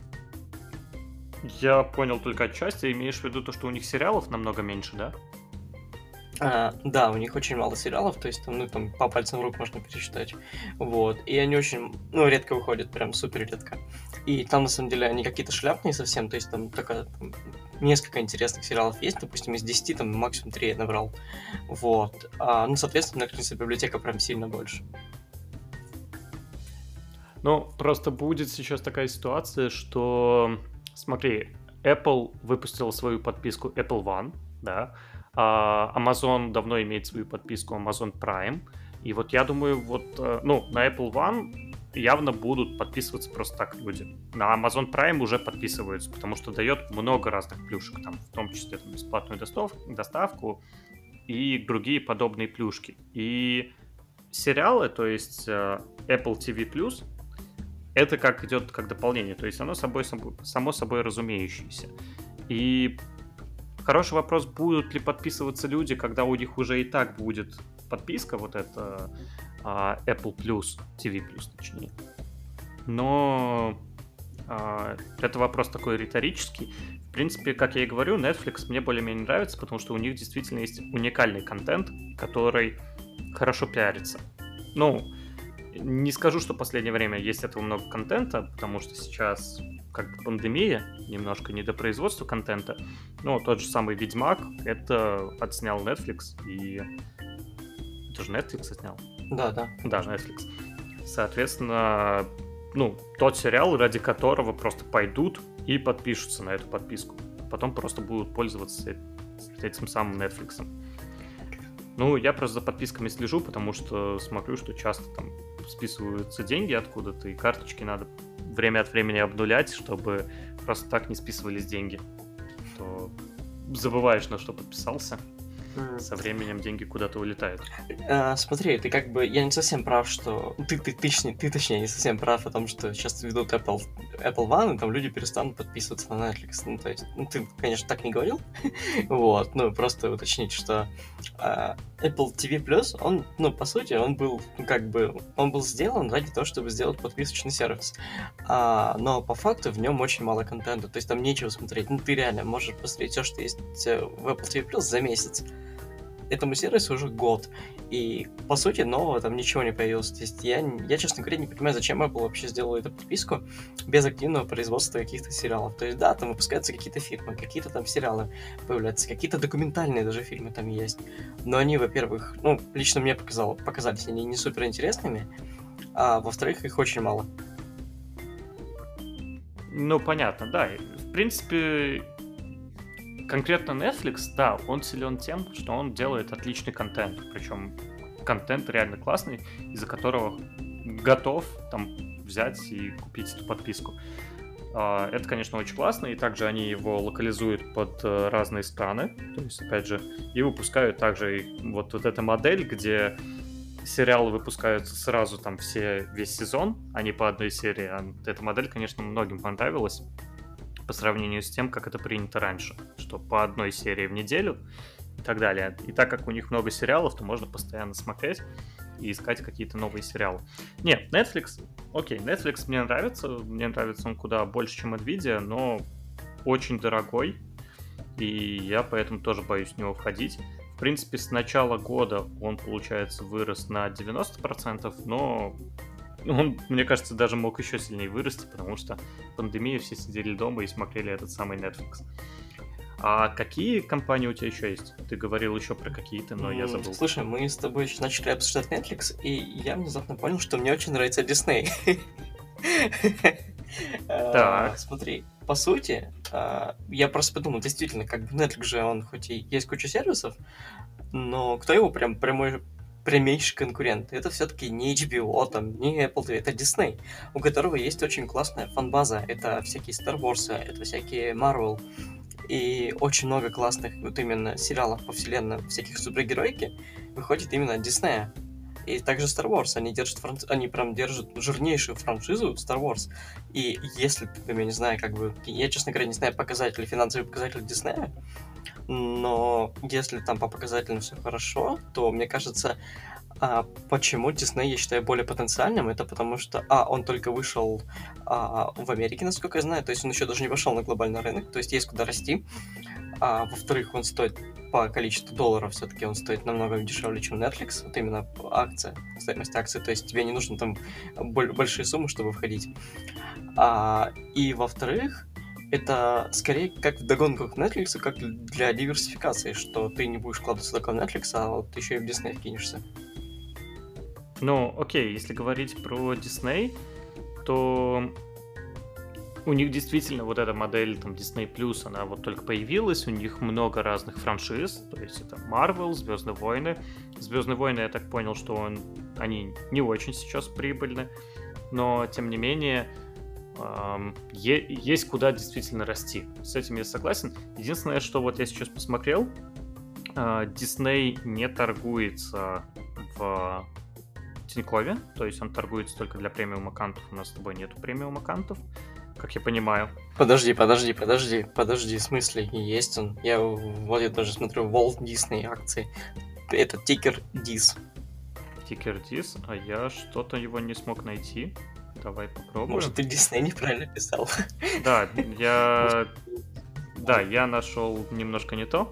Я понял только отчасти. Имеешь в виду то, что у них сериалов намного меньше, да? А, да, у них очень мало сериалов, то есть там, ну, там по пальцам рук можно пересчитать. Вот. И они очень, ну, редко выходят, прям супер редко. И там, на самом деле, они какие-то шляпные совсем, то есть там только там, несколько интересных сериалов есть, допустим, из десяти, там, максимум три я набрал. Вот. А, ну, соответственно, Netflix библиотека прям сильно больше. Ну, просто будет сейчас такая ситуация, что, смотри, Apple выпустила свою подписку Apple One, да, а Amazon давно имеет свою подписку Amazon Prime, и вот я думаю, вот, ну, на Apple One явно будут подписываться просто так люди. На Amazon Prime уже подписываются, потому что дает много разных плюшек, там, в том числе там, бесплатную достав- доставку и другие подобные плюшки. И сериалы, то есть Apple ти ви плюс, это как идет как дополнение, то есть оно собой, само собой разумеющееся. И хороший вопрос, будут ли подписываться люди, когда у них уже и так будет подписка, вот это а, Apple Plus, ти ви Plus, точнее. Но а, это вопрос такой риторический. В принципе, как я и говорю, Netflix мне более-менее нравится, потому что у них действительно есть уникальный контент, который хорошо пиарится. Ну, не скажу, что в последнее время есть этого много контента, потому что сейчас как бы пандемия, немножко недопроизводство контента. Ну, тот же самый Ведьмак, это отснял Netflix, и... Это же Netflix отснял? Да, да. Да, Netflix. Соответственно, ну, тот сериал, ради которого просто пойдут и подпишутся на эту подписку. Потом просто будут пользоваться этим самым Netflix. Ну, я просто за подписками слежу, потому что смотрю, что часто там списываются деньги откуда-то, и карточки надо время от времени обнулять, чтобы просто так не списывались деньги. То забываешь, на что подписался. Со временем деньги куда-то улетают. А, смотри, ты как бы... Я не совсем прав, что... Ты, ты, ты, ты, ты точнее, не совсем прав о том, что сейчас ведут Apple, Apple One, и там люди перестанут подписываться на Netflix. Ну, то есть, ну, ты, конечно, так не говорил. Вот, ну, просто уточнить, что а, Apple ти ви Plus, он, ну, по сути, он был, ну, как бы... Он был сделан ради того, чтобы сделать подписочный сервис. А, но по факту в нем очень мало контента, то есть там нечего смотреть. Ну, ты реально можешь посмотреть все, что есть в Apple ти ви Plus за месяц. Этому сервису уже год, и, по сути, нового там ничего не появилось. То есть я, я, честно говоря, не понимаю, зачем Apple вообще сделала эту подписку без активного производства каких-то сериалов. То есть, да, там выпускаются какие-то фильмы, какие-то там сериалы появляются, какие-то документальные даже фильмы там есть. Но они, во-первых, ну, лично мне показало, показались они не супер интересными, а во-вторых, их очень мало. Ну, понятно, да. В принципе... Конкретно Netflix, да, он силен тем, что он делает отличный контент. Причем контент реально классный, из-за которого готов там взять и купить эту подписку. Это, конечно, очень классно, и также они его локализуют под разные страны. То есть, опять же, и выпускают также вот, вот эта модель, где сериалы выпускаются сразу там все, весь сезон, а не по одной серии. Эта модель, конечно, многим понравилась. По сравнению с тем, как это принято раньше, что по одной серии в неделю и так далее. И так как у них много сериалов, то можно постоянно смотреть и искать какие-то новые сериалы. Нет, Netflix, окей, Netflix мне нравится, мне нравится он куда больше, чем Nvidia, но очень дорогой, и я поэтому тоже боюсь в него входить. В принципе, с начала года он, получается, вырос на девяносто процентов, но... Он, мне кажется, даже мог еще сильнее вырасти, потому что пандемия, все сидели дома и смотрели этот самый Netflix. А какие компании у тебя еще есть? Ты говорил еще про какие-то, но я забыл. Слушай, мы с тобой еще начали обсуждать Netflix, и я внезапно понял, что мне очень нравится Disney. Так. Смотри, по сути, я просто подумал, действительно, как бы Netflix же, он хоть и есть куча сервисов, но кто его прям прямой... прямейший конкурент. Это все-таки не эйч би о, там, не Apple ти ви, это Disney, у которого есть очень классная фан-база. Это всякие Star Wars, это всякие Marvel, и очень много классных вот именно сериалов по вселенной всяких супергероики выходит именно от Disney. И также Star Wars, они держат фран... они прям держат жирнейшую франшизу Star Wars. И если ты, я не знаю, как бы, я, честно говоря, не знаю показатели, финансовые показатели Disney, но если там по показателям все хорошо, то, мне кажется, а, почему Disney, я считаю, более потенциальным, это потому что, а, он только вышел а, в Америке, насколько я знаю, то есть он еще даже не вошел на глобальный рынок, то есть есть куда расти, а, во-вторых, он стоит по количеству долларов, все-таки он стоит намного дешевле, чем Netflix, вот именно акция, стоимость акции, то есть тебе не нужно там большие суммы, чтобы входить. А, и, во-вторых, это скорее как вдогонку к Netflix, как для диверсификации, что ты не будешь вкладываться только в Netflix, а вот еще и в Disney вкинешься. Ну, окей, если говорить про Disney, то у них действительно вот эта модель там Disney+, она вот только появилась, у них много разных франшиз, то есть это Marvel, Звездные войны. Звездные войны, я так понял, что он, они не очень сейчас прибыльны, но тем не менее эм, е- есть куда действительно расти. С этим я согласен. Единственное, что вот я сейчас посмотрел, э, Disney не торгуется в Тинькове, то есть он торгуется только для премиум-аккаунтов, у нас с тобой нету премиум-аккаунтов, как я понимаю. Подожди, подожди, подожди, подожди, в смысле, есть он? Я вот я даже смотрю Walt Disney акции. Это тикер дис. Тикер дис, а я что-то его не смог найти. Давай попробуем. Может, ты Disney неправильно писал? Да, я... Да, я нашел немножко не то.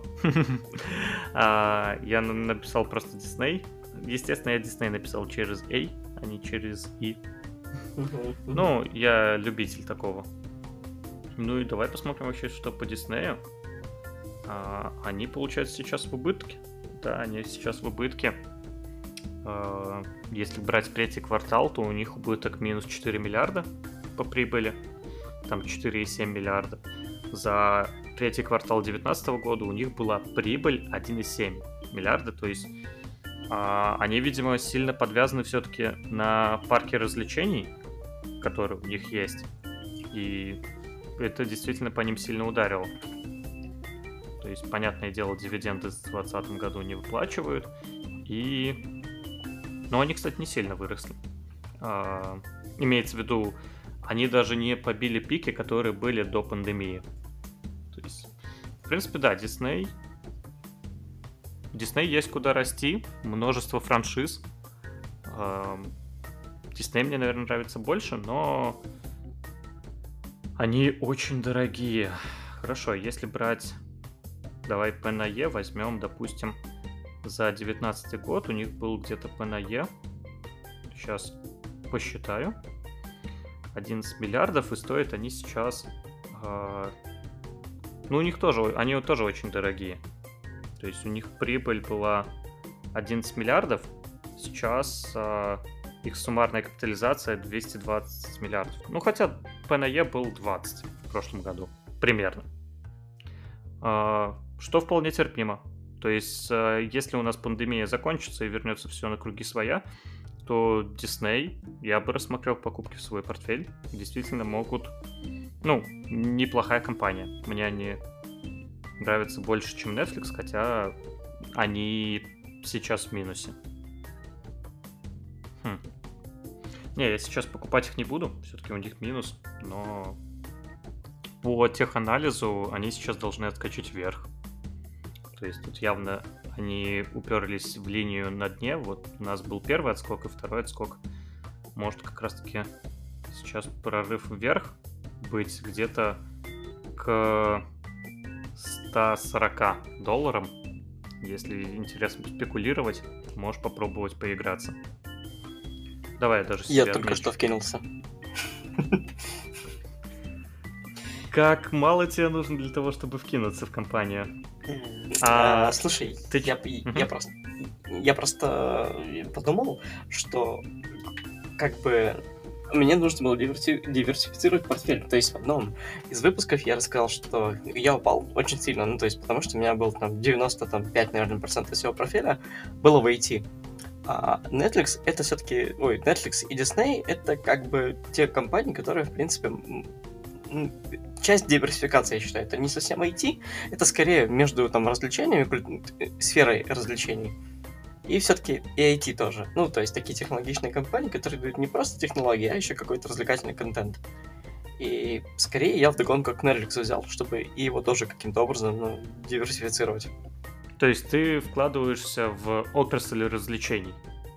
Я написал просто Disney. Естественно, я Disney написал через A, а не через I. Ну, я любитель такого. Ну и давай посмотрим вообще, что по Диснею. А, они, получается, сейчас в убытке. Да, они сейчас в убытке. Если брать третий квартал, то у них убыток минус четыре миллиарда по прибыли, там четыре целых семь десятых миллиарда. За третий квартал две тысячи девятнадцатого года у них была прибыль один целых семь десятых миллиарда, то есть они, видимо, сильно подвязаны все-таки на парке развлечений, которые у них есть, и это действительно по ним сильно ударило. То есть, понятное дело, дивиденды в двадцатом году не выплачивают, и... Но они, кстати, не сильно выросли. А, имеется в виду, они даже не побили пики, которые были до пандемии. То есть, в принципе, да, Disney... Disney есть куда расти, множество франшиз. А, Disney мне, наверное, нравится больше, но они очень дорогие. Хорошо, если брать... Давай P на E возьмем, допустим, за девятнадцатый год у них был где-то P на E. Сейчас посчитаю. одиннадцать миллиардов, и стоят они сейчас... Э, ну, у них тоже, они тоже очень дорогие. То есть у них прибыль была одиннадцать миллиардов, сейчас э, их суммарная капитализация двести двадцать миллиардов. Ну, хотя P на E был двадцать в прошлом году, примерно. Э, что вполне терпимо. То есть, э, если у нас пандемия закончится и вернется все на круги своя, то Disney я бы рассмотрел покупки в свой портфель. Действительно могут... Ну, неплохая компания. Мне они нравятся больше, чем Netflix, хотя они сейчас в минусе. Хм. Не, я сейчас покупать их не буду. Все-таки у них минус. Но по теханализу они сейчас должны отскочить вверх. То есть тут явно они уперлись в линию на дне. Вот у нас был первый отскок и второй отскок. Может как раз-таки сейчас прорыв вверх быть где-то к ста сорока долларам. Если интересно спекулировать, можешь попробовать поиграться. Давай я даже себе Я только отмечу. что вкинулся. Как мало тебе нужно для того, чтобы вкинуться в компанию? А, слушай, ты... я, uh-huh. я, просто, я просто подумал, что как бы мне нужно было диверси... диверсифицировать портфель. То есть в одном из выпусков я рассказал, что я упал очень сильно, ну то есть потому что у меня был там девяносто пять, наверное, процентов всего портфеля было в ай ти. А Netflix это все-таки, ой, Netflix и Disney это как бы те компании, которые в принципе часть диверсификации, я считаю, это не совсем ай ти, это скорее между там развлечениями, сферой развлечений, и все-таки и ай ти тоже. Ну, то есть такие технологичные компании, которые дают не просто технологии, а еще какой-то развлекательный контент. И скорее я вдогонку к Netflix взял, чтобы и его тоже каким-то образом ну, диверсифицировать. То есть ты вкладываешься в отрасль развлечений?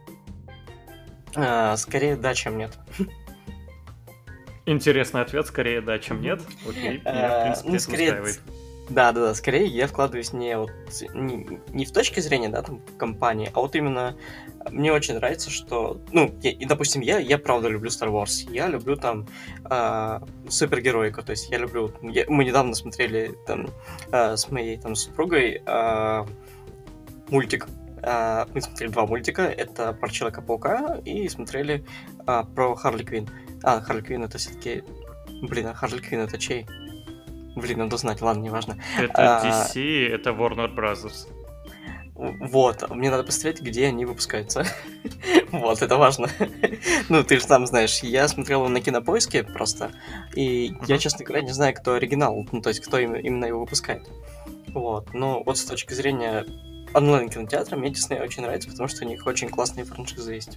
А, скорее да, чем нет. Интересный ответ, скорее да, чем нет. Окей, меня, в принципе, ну, это скорее, устраивает. Да, да, да, скорее я вкладываюсь не, вот, не, не в точке зрения, да, там, компании, а вот именно мне очень нравится, что, ну, я, и, допустим, я, я правда люблю Star Wars, я люблю там э, супергероику, то есть я люблю, я, мы недавно смотрели там э, с моей там супругой э, мультик, э, мы смотрели два мультика, это про Человека-паука и смотрели э, про Харли Квинн. А, Харли Квинн это все-таки, блин, а Харли Квинн это чей? Блин, надо знать, ладно, неважно. Это ди си, а, это Warner Brothers. Вот, мне надо посмотреть, где они выпускаются. Вот, это важно. Ну, ты же сам знаешь, я смотрел на Кинопоиске просто, и uh-huh. я, честно говоря, не знаю, кто оригинал, ну, то есть, кто именно его выпускает. Вот, но вот с точки зрения онлайн-кинотеатра мне Disney очень нравится, потому что у них очень классные франшизы есть.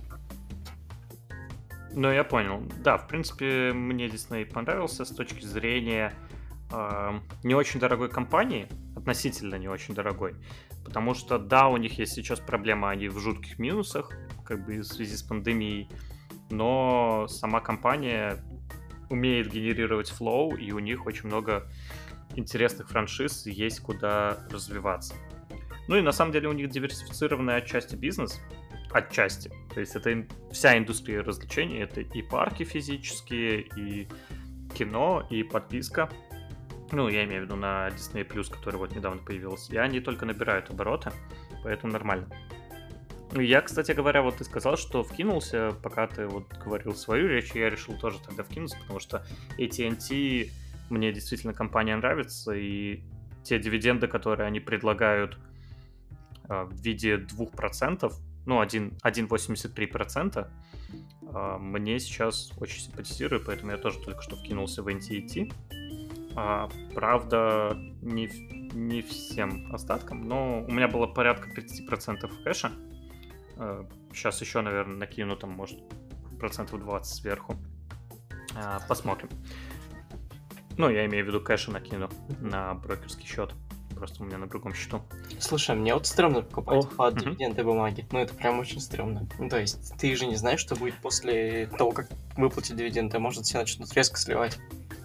Ну, я понял. Да, в принципе, мне Disney понравился с точки зрения э, не очень дорогой компании, относительно не очень дорогой, потому что, да, у них есть сейчас проблема, они в жутких минусах, как бы в связи с пандемией, но сама компания умеет генерировать флоу, и у них очень много интересных франшиз, есть куда развиваться. Ну и на самом деле у них диверсифицированный отчасти бизнес, отчасти. То есть это вся индустрия развлечений, это и парки физические, и кино, и подписка. Ну, я имею в виду на Disney+, который вот недавно появился. И они только набирают обороты, поэтому нормально. Я, кстати говоря, вот ты сказал, что вкинулся, пока ты вот говорил свою речь, и я решил тоже тогда вкинуться, потому что эй ти энд ти мне действительно компания нравится, и те дивиденды, которые они предлагают э, в виде двух процентов, ну, один целых восемьдесят три сотых процента, э, мне сейчас очень симпатизирует, поэтому я тоже только что вкинулся в эн ти эй ти. А, правда, не, не всем остатком, но у меня было порядка тридцать процентов кэша. Сейчас еще, наверное, накину там, может, процентов двадцать сверху. А, посмотрим. Ну, я имею в виду кэша накину на брокерский счет. Просто у меня на другом счету. Слушай, мне вот стрёмно покупать О, под мгм. дивиденды бумаги. Ну, это прям очень стрёмно. Ну, то есть, ты же не знаешь, что будет после того, как выплатить дивиденды. Может, все начнут резко сливать.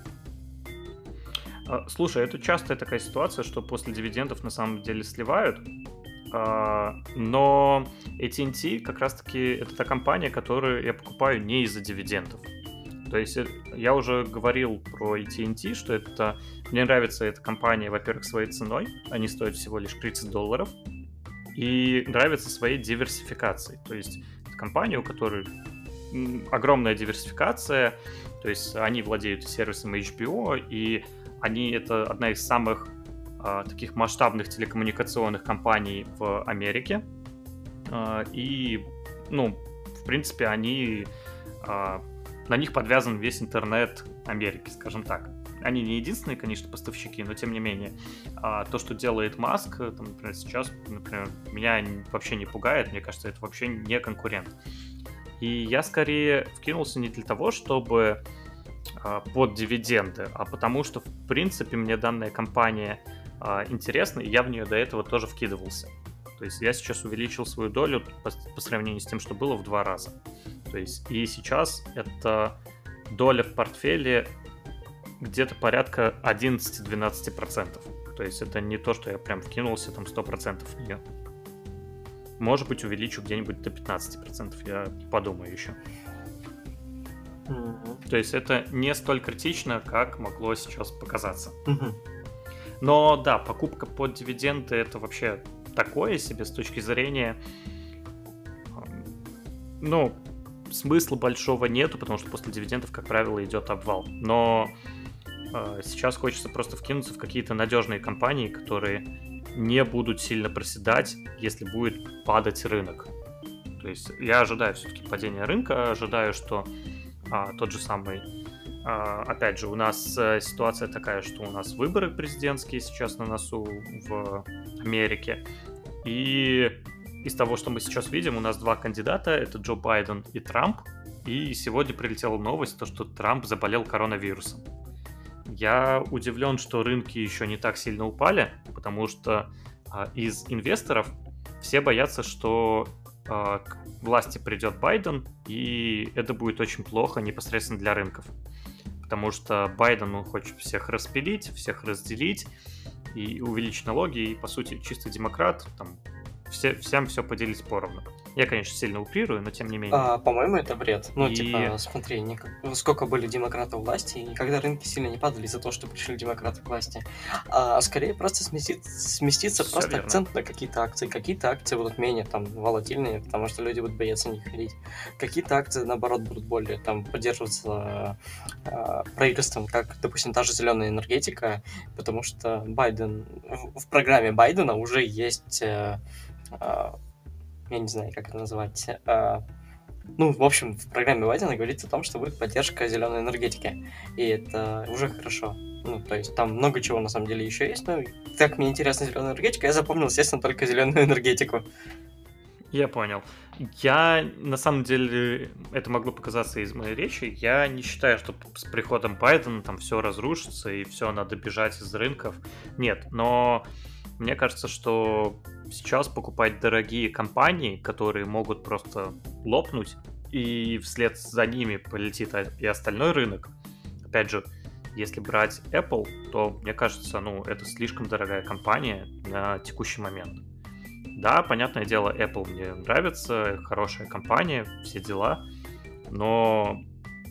А, Слушай, это частая такая ситуация, что после дивидендов на самом деле сливают. А, Но эй ти энд ти как раз-таки это та компания, которую я покупаю не из-за дивидендов. То есть э, я уже говорил про эй ти энд ти, что это мне нравится эта компания, во-первых, своей ценой, они стоят всего лишь тридцать долларов, и нравится своей диверсификацией. То есть это компания, у которой м, огромная диверсификация, то есть они владеют сервисом эйч би о, и они это одна из самых а, таких масштабных телекоммуникационных компаний в Америке. А, и, ну, в принципе, они а, на них подвязан весь интернет Америки, скажем так. Они не единственные, конечно, поставщики, но тем не менее. А, то, что делает Маск, там, например, сейчас, например, меня вообще не пугает, мне кажется, это вообще не конкурент. И я скорее вкинулся не для того, чтобы а, под дивиденды, а потому что, в принципе, мне данная компания а, интересна, и я в нее до этого тоже вкидывался. То есть я сейчас увеличил свою долю по, по сравнению с тем, что было, в два раза. То есть и сейчас это доля в портфеле где-то порядка одиннадцать-двенадцать процентов. То есть это не то, что я прям вкинулся там сто процентов в нее. Может быть, увеличу где-нибудь до пятнадцать процентов, я подумаю еще. Мгм. То есть это не столь критично, как могло сейчас показаться. Мгм. Но да, покупка под дивиденды — это вообще такое себе с точки зрения... эм, Ну, смысла большого нету, потому что после дивидендов, как правило, идет обвал. Но э, сейчас хочется просто вкинуться в какие-то надежные компании, которые не будут сильно проседать, если будет падать рынок. То есть я ожидаю все-таки падения рынка, ожидаю, что а, тот же самый... а, опять же, у нас э, ситуация такая, что у нас выборы президентские сейчас на носу в Америке. И из того, что мы сейчас видим, у нас два кандидата, это Джо Байден и Трамп. И сегодня прилетела новость, то, что Трамп заболел коронавирусом. Я удивлен, что рынки еще не так сильно упали, потому что а, из инвесторов все боятся, что а, к власти придет Байден, и это будет очень плохо непосредственно для рынков. Потому что Байден, он хочет всех распилить, всех разделить и увеличить налоги, и, по сути, чистый демократ, там, все, всем все поделить поровну. Я, конечно, сильно утрирую, но тем не менее. А, по-моему, это бред. Ну, И- типа, смотри, никак- сколько были демократы у власти, и никогда рынки сильно не падали из-за того, что пришли демократы к власти. А скорее просто сместит- сместится Всё просто верно. акцент на какие-то акции. Какие-то акции будут менее там волатильные, потому что люди будут бояться в них ходить. Какие-то акции, наоборот, будут более там поддерживаться а, правительством, как, допустим, та же зеленая энергетика, потому что Байден в, в программе Байдена уже есть, э, а, я не знаю, как это назвать. а, Ну, в общем, в программе Байдена говорится о том, что будет поддержка зеленой энергетики. И это уже хорошо. Ну, то есть там много чего на самом деле еще есть. Но так мне интересна зеленая энергетика, я запомнил, естественно, только зеленую энергетику. Я понял. Я, на самом деле, это могло показаться из моей речи, я не считаю, что с приходом Байдена там все разрушится и все надо бежать из рынков. Нет, но мне кажется, что сейчас покупать дорогие компании, которые могут просто лопнуть, и вслед за ними полетит а- и остальной рынок. Опять же, если брать Apple, то, мне кажется, ну, это слишком дорогая компания на текущий момент. Да, понятное дело, Apple мне нравится, хорошая компания, все дела, но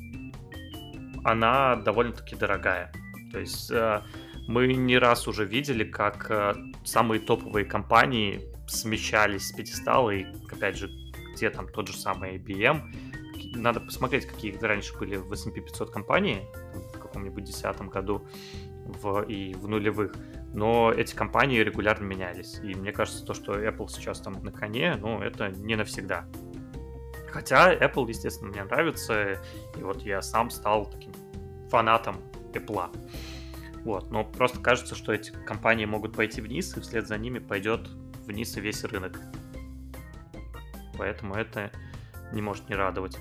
она довольно-таки дорогая. То есть э, мы не раз уже видели, как э, самые топовые компании смещались с пьедестала, и, опять же, где там тот же самый ай би эм. Надо посмотреть, какие раньше были в эс энд пи пятьсот компании, там, в каком-нибудь десятом году в, и в нулевых. Но эти компании регулярно менялись. И мне кажется, то, что Apple сейчас там на коне, ну, это не навсегда. Хотя Apple, естественно, мне нравится, и вот я сам стал таким фанатом Apple. Вот, но просто кажется, что эти компании могут пойти вниз, и вслед за ними пойдет вниз и весь рынок. Поэтому это не может не радовать.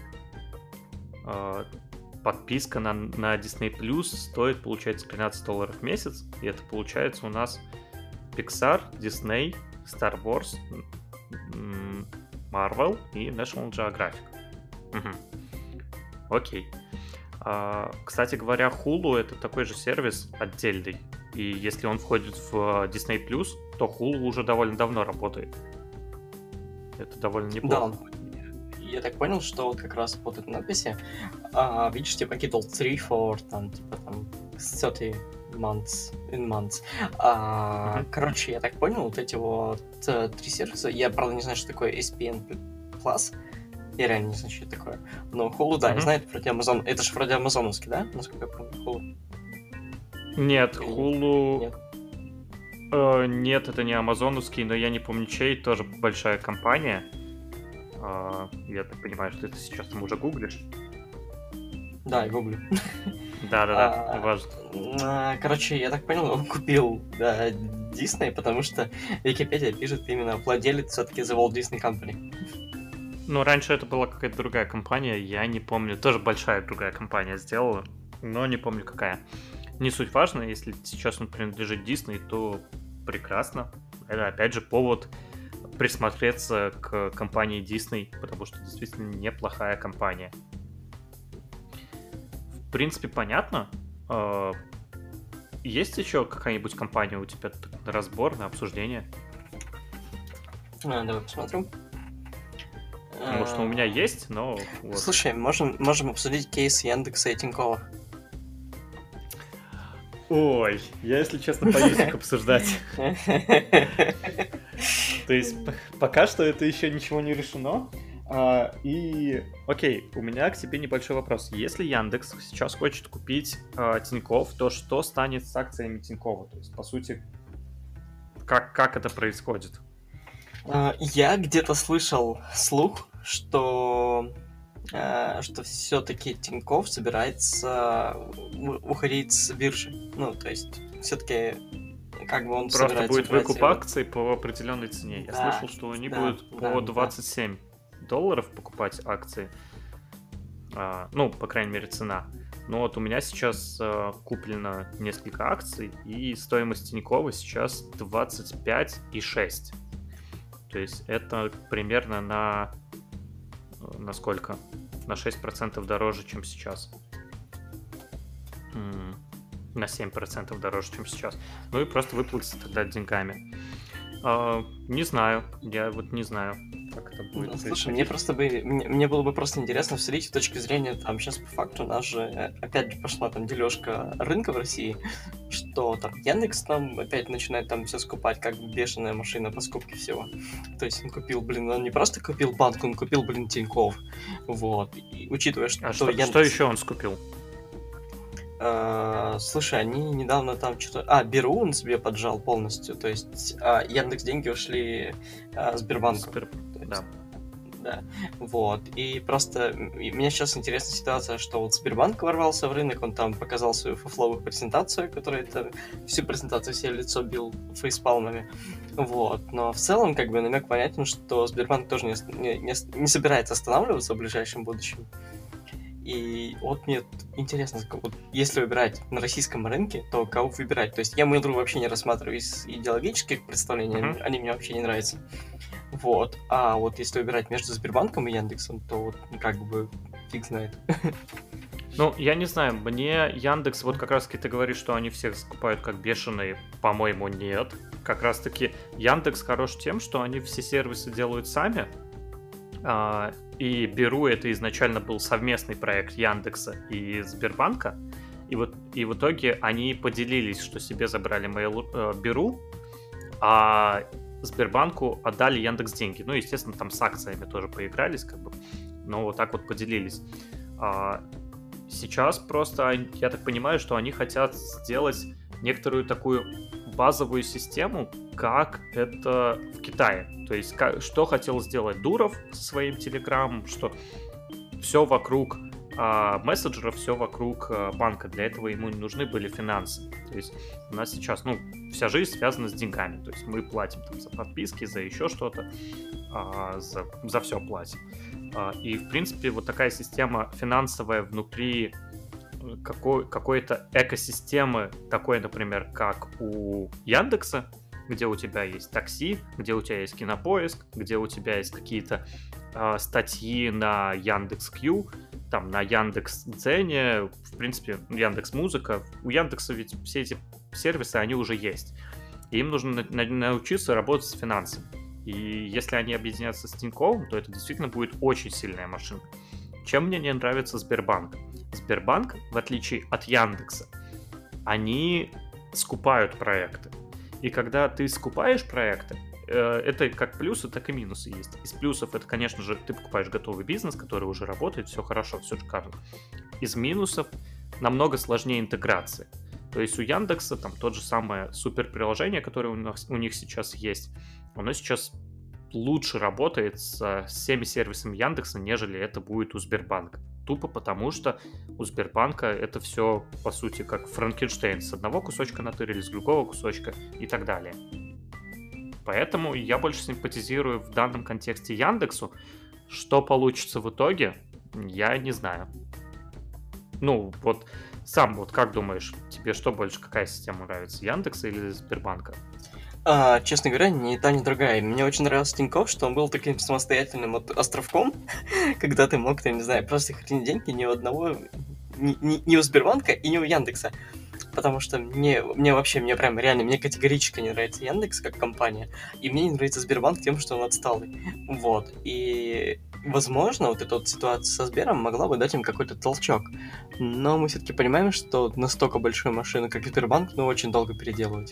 Подписка на, на Disney Plus стоит, получается, тринадцать долларов в месяц, и это получается у нас Pixar, Disney, Star Wars, Marvel и National Geographic. Угу. Окей. А, кстати говоря, Hulu — это такой же сервис отдельный, и если он входит в Disney Plus, то Hulu уже довольно давно работает. Это довольно неплохо. Да. Я так понял, что вот как раз по этой надписи, а, видишь, типа Kindle три for, там, типа, там, тридцать months, in months. А, uh-huh. Короче, я так понял, вот эти вот э, три сервиса, я, правда, не знаю, что такое эс пи эн Plus, я реально не знаю, что это такое, но Hulu, да, uh-huh. я знаю, это вроде Amazon, это же вроде амазоновский, да, насколько я помню, Hulu? Нет, Hulu... Нет. Э, нет, это не амазоновский, но я не помню, чей, тоже большая компания. Я так понимаю, что ты сейчас там уже гуглишь. Да, я гуглю. Да-да-да, важно. Короче, я так понял, он купил да, Disney, потому что Википедия пишет именно владелец все-таки The Walt Disney Company. Ну, раньше это была какая-то другая компания, я не помню. Тоже большая другая компания сделала, но не помню какая. Не суть важно, если сейчас он принадлежит Disney, то прекрасно. Это, опять же, повод присмотреться к компании Disney, потому что действительно неплохая компания. В принципе, понятно. Есть еще какая-нибудь компания у тебя на разбор, на обсуждение? А, давай посмотрим. Может, у меня есть, но... Вот. Слушай, можем, можем обсудить кейс Яндекса и Тинькова. Ой, я, если честно, боюсь их обсуждать. То есть, пока что это еще ничего не решено. А, и, окей, у меня к тебе небольшой вопрос. Если Яндекс сейчас хочет купить а, Тинькофф, то что станет с акциями Тинькова? То есть, по сути, как, как это происходит? А, я где-то слышал слух, что, а, что все-таки Тинькофф собирается уходить с биржи. Ну, то есть, все-таки... Как бы он просто будет выкуп акций по определенной цене. Я да, слышал, что они да, будут да, по двадцать семь да. долларов покупать акции. А, ну, по крайней мере, цена. Но вот у меня сейчас а, куплено несколько акций, и стоимость Тинькова сейчас двадцать пять и шесть. То есть это примерно на... На сколько? На шесть процентов дороже, чем сейчас. М-м. На семь процентов дороже, чем сейчас. Ну и просто выплатиться тогда деньгами. А, не знаю. Я вот не знаю, как это будет. Ну, слушай, мне просто бы... Мне, мне было бы просто интересно встретить с точки зрения, там, сейчас по факту у нас же опять же пошла там дележка рынка в России, что там Яндекс там опять начинает там все скупать, как бешеная машина по скупке всего. То есть он купил, блин, он не просто купил банк, он купил, блин, Тинькофф. Вот. И учитывая, что... А что, Яндекс... что еще он скупил? Uh, слушай, они недавно там что-то... А, Беру он себе поджал полностью, то есть uh, Яндекс деньги ушли uh, Сбербанку. Сбер... есть, да. Да, вот, и просто и мне сейчас интересная ситуация, что вот Сбербанк ворвался в рынок, он там показал свою фуфловую презентацию, которая это всю презентацию себе лицо бил фейспалмами, вот, но в целом как бы намек понятен, что Сбербанк тоже не, не, не, не собирается останавливаться в ближайшем будущем. И вот мне интересно, вот, если выбирать на российском рынке, то кого выбирать? То есть я Mail.ru вообще не рассматриваю из идеологических представлений, uh-huh. они мне вообще не нравятся. Вот. А вот если выбирать между Сбербанком и Яндексом, то вот как бы фиг знает. Ну, я не знаю, мне Яндекс, вот как раз-таки ты говоришь, что они всех скупают как бешеные, по-моему, нет. Как раз-таки Яндекс хорош тем, что они все сервисы делают сами, и Беру это изначально был совместный проект Яндекса и Сбербанка, и вот и в итоге они поделились, что себе забрали Mail, э, Беру, а Сбербанку отдали Яндекс деньги. Ну, естественно, там с акциями тоже поигрались, как бы, но вот так вот поделились. А сейчас просто, я так понимаю, что они хотят сделать некоторую такую базовую систему, как это в Китае. То есть, как, что хотел сделать Дуров со своим Телеграмом, что все вокруг а, мессенджера, все вокруг а, банка. Для этого ему не нужны были финансы. То есть у нас сейчас, ну, вся жизнь связана с деньгами. То есть мы платим там за подписки, за еще что-то, а, за, за все платим. А, и, в принципе, вот такая система финансовая внутри какой, какой-то экосистемы, такой, например, как у Яндекса, где у тебя есть такси, где у тебя есть Кинопоиск, где у тебя есть какие-то э, статьи на Яндекс.Кью, там на Яндекс.Дзене, в принципе, Яндекс.Музыка. У Яндекса ведь все эти сервисы, они уже есть. И им нужно на- на- научиться работать с финансами. И если они объединятся с Тиньковым, то это действительно будет очень сильная машина. Чем мне не нравится Сбербанк? Сбербанк, в отличие от Яндекса, они скупают проекты. И когда ты скупаешь проекты, это как плюсы, так и минусы есть. Из плюсов это, конечно же, ты покупаешь готовый бизнес, который уже работает, все хорошо, все шикарно. Из минусов намного сложнее интеграция. То есть у Яндекса там тот же самое суперприложение, которое у, нас, у них сейчас есть, оно сейчас лучше работает с всеми сервисами Яндекса, нежели это будет у Сбербанка. Тупо потому, что у Сбербанка это все, по сути, как Франкенштейн. С одного кусочка натырили, с другого кусочка и так далее. Поэтому я больше симпатизирую в данном контексте Яндексу. Что получится в итоге, я не знаю. Ну, вот сам вот как думаешь, тебе что больше, какая система нравится, Яндекса или Сбербанка? А, честно говоря, ни та, ни другая. Мне очень нравился Тинькофф, что он был таким самостоятельным вот островком, когда ты мог, там, не знаю, просто хранить деньги ни у одного, ни, ни, ни у Сбербанка и ни у Яндекса. Потому что мне, мне вообще, мне прям реально, мне категорически не нравится Яндекс как компания, и мне не нравится Сбербанк тем, что он отсталый. Вот. И, возможно, вот эта вот ситуация со Сбером могла бы дать им какой-то толчок. Но мы все-таки понимаем, что настолько большую машину, как Сбербанк, ну, очень долго переделывать.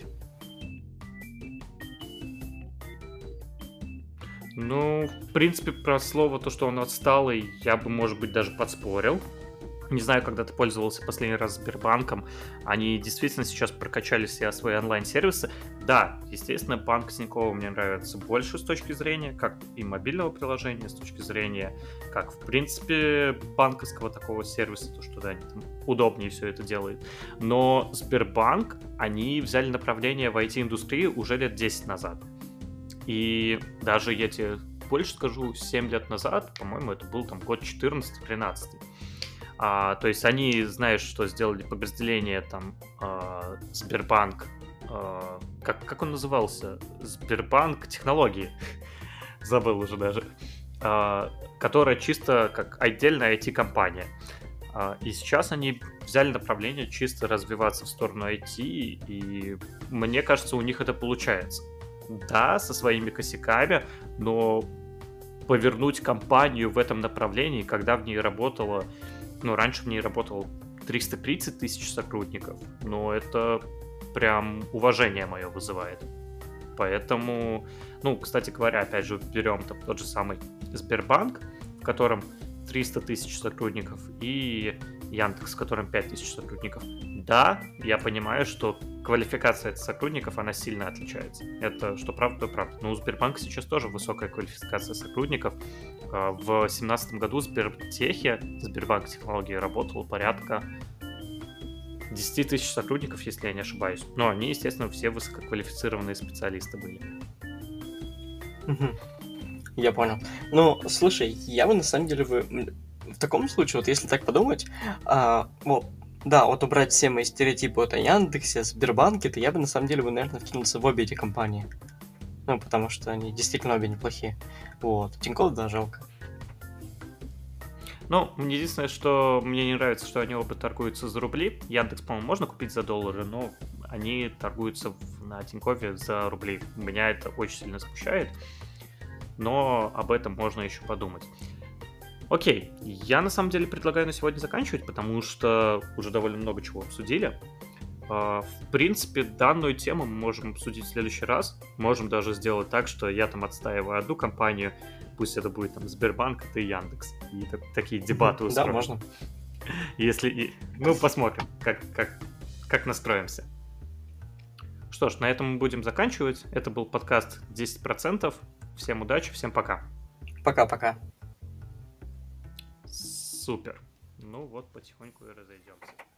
Ну, в принципе, про слово то, что он отсталый, я бы, может быть, даже подспорил. Не знаю, когда ты пользовался последний раз Сбербанком, они действительно сейчас прокачали все свои онлайн-сервисы. Да, естественно, банк Тинькова мне нравится больше с точки зрения, как и мобильного приложения, с точки зрения, как, в принципе, банковского такого сервиса, то, что, да, они там удобнее все это делают. Но Сбербанк, они взяли направление в ай ти-индустрию уже лет десять назад. И даже, я тебе больше скажу, семь лет назад, по-моему, это был там год четырнадцатый-тринадцатый. А, то есть они, знаешь, что сделали подразделение там а, Сбербанк, а, как, как он назывался? Сбербанк технологии, забыл уже даже, а, которая чисто как отдельная ай ти-компания. А, и сейчас они взяли направление чисто развиваться в сторону ай ти, и мне кажется, у них это получается. Да, со своими косяками, но повернуть компанию в этом направлении, когда в ней работало, ну, раньше в ней работало триста тридцать тысяч сотрудников, но это прям уважение мое вызывает. Поэтому, ну, кстати говоря, опять же, берем там тот же самый Сбербанк, в котором триста тысяч сотрудников, и Яндекс, в котором пять тысяч сотрудников. Да, я понимаю, что квалификация этих сотрудников, она сильно отличается. Это что правда, то правда. Но у Сбербанка сейчас тоже высокая квалификация сотрудников. В две тысячи семнадцатом году в Сбертехе, Сбербанк технологии, работало порядка десять тысяч сотрудников, если я не ошибаюсь. Но они, естественно, все высококвалифицированные специалисты были. Я понял. Ну, слушай, я бы на самом деле бы... В таком случае, вот если так подумать, а, вот, да, вот убрать все мои стереотипы вот о Яндексе, Сбербанке, то я бы на самом деле бы, наверное, вкинулся в обе эти компании. Ну, потому что они действительно обе неплохие. Вот. Тинькофф, да, жалко. Ну, единственное, что мне не нравится, что они оба торгуются за рубли. Яндекс, по-моему, можно купить за доллары, но они торгуются в, на Тинькове за рубли. Меня это очень сильно смущает, но об этом можно еще подумать. Окей, я на самом деле предлагаю на сегодня заканчивать, потому что уже довольно много чего обсудили. А, В принципе, данную тему мы можем обсудить в следующий раз. Можем даже сделать так, что я там отстаиваю одну компанию, пусть это будет там Сбербанк, ты Яндекс. И так- такие дебаты Да, устроим. можно. Если... и- Ну, посмотрим, как, как, как настроимся. Что ж, на этом мы будем заканчивать. Это был подкаст десять процентов. Всем удачи, всем пока. Пока-пока. Супер. Ну вот, потихоньку и разойдемся.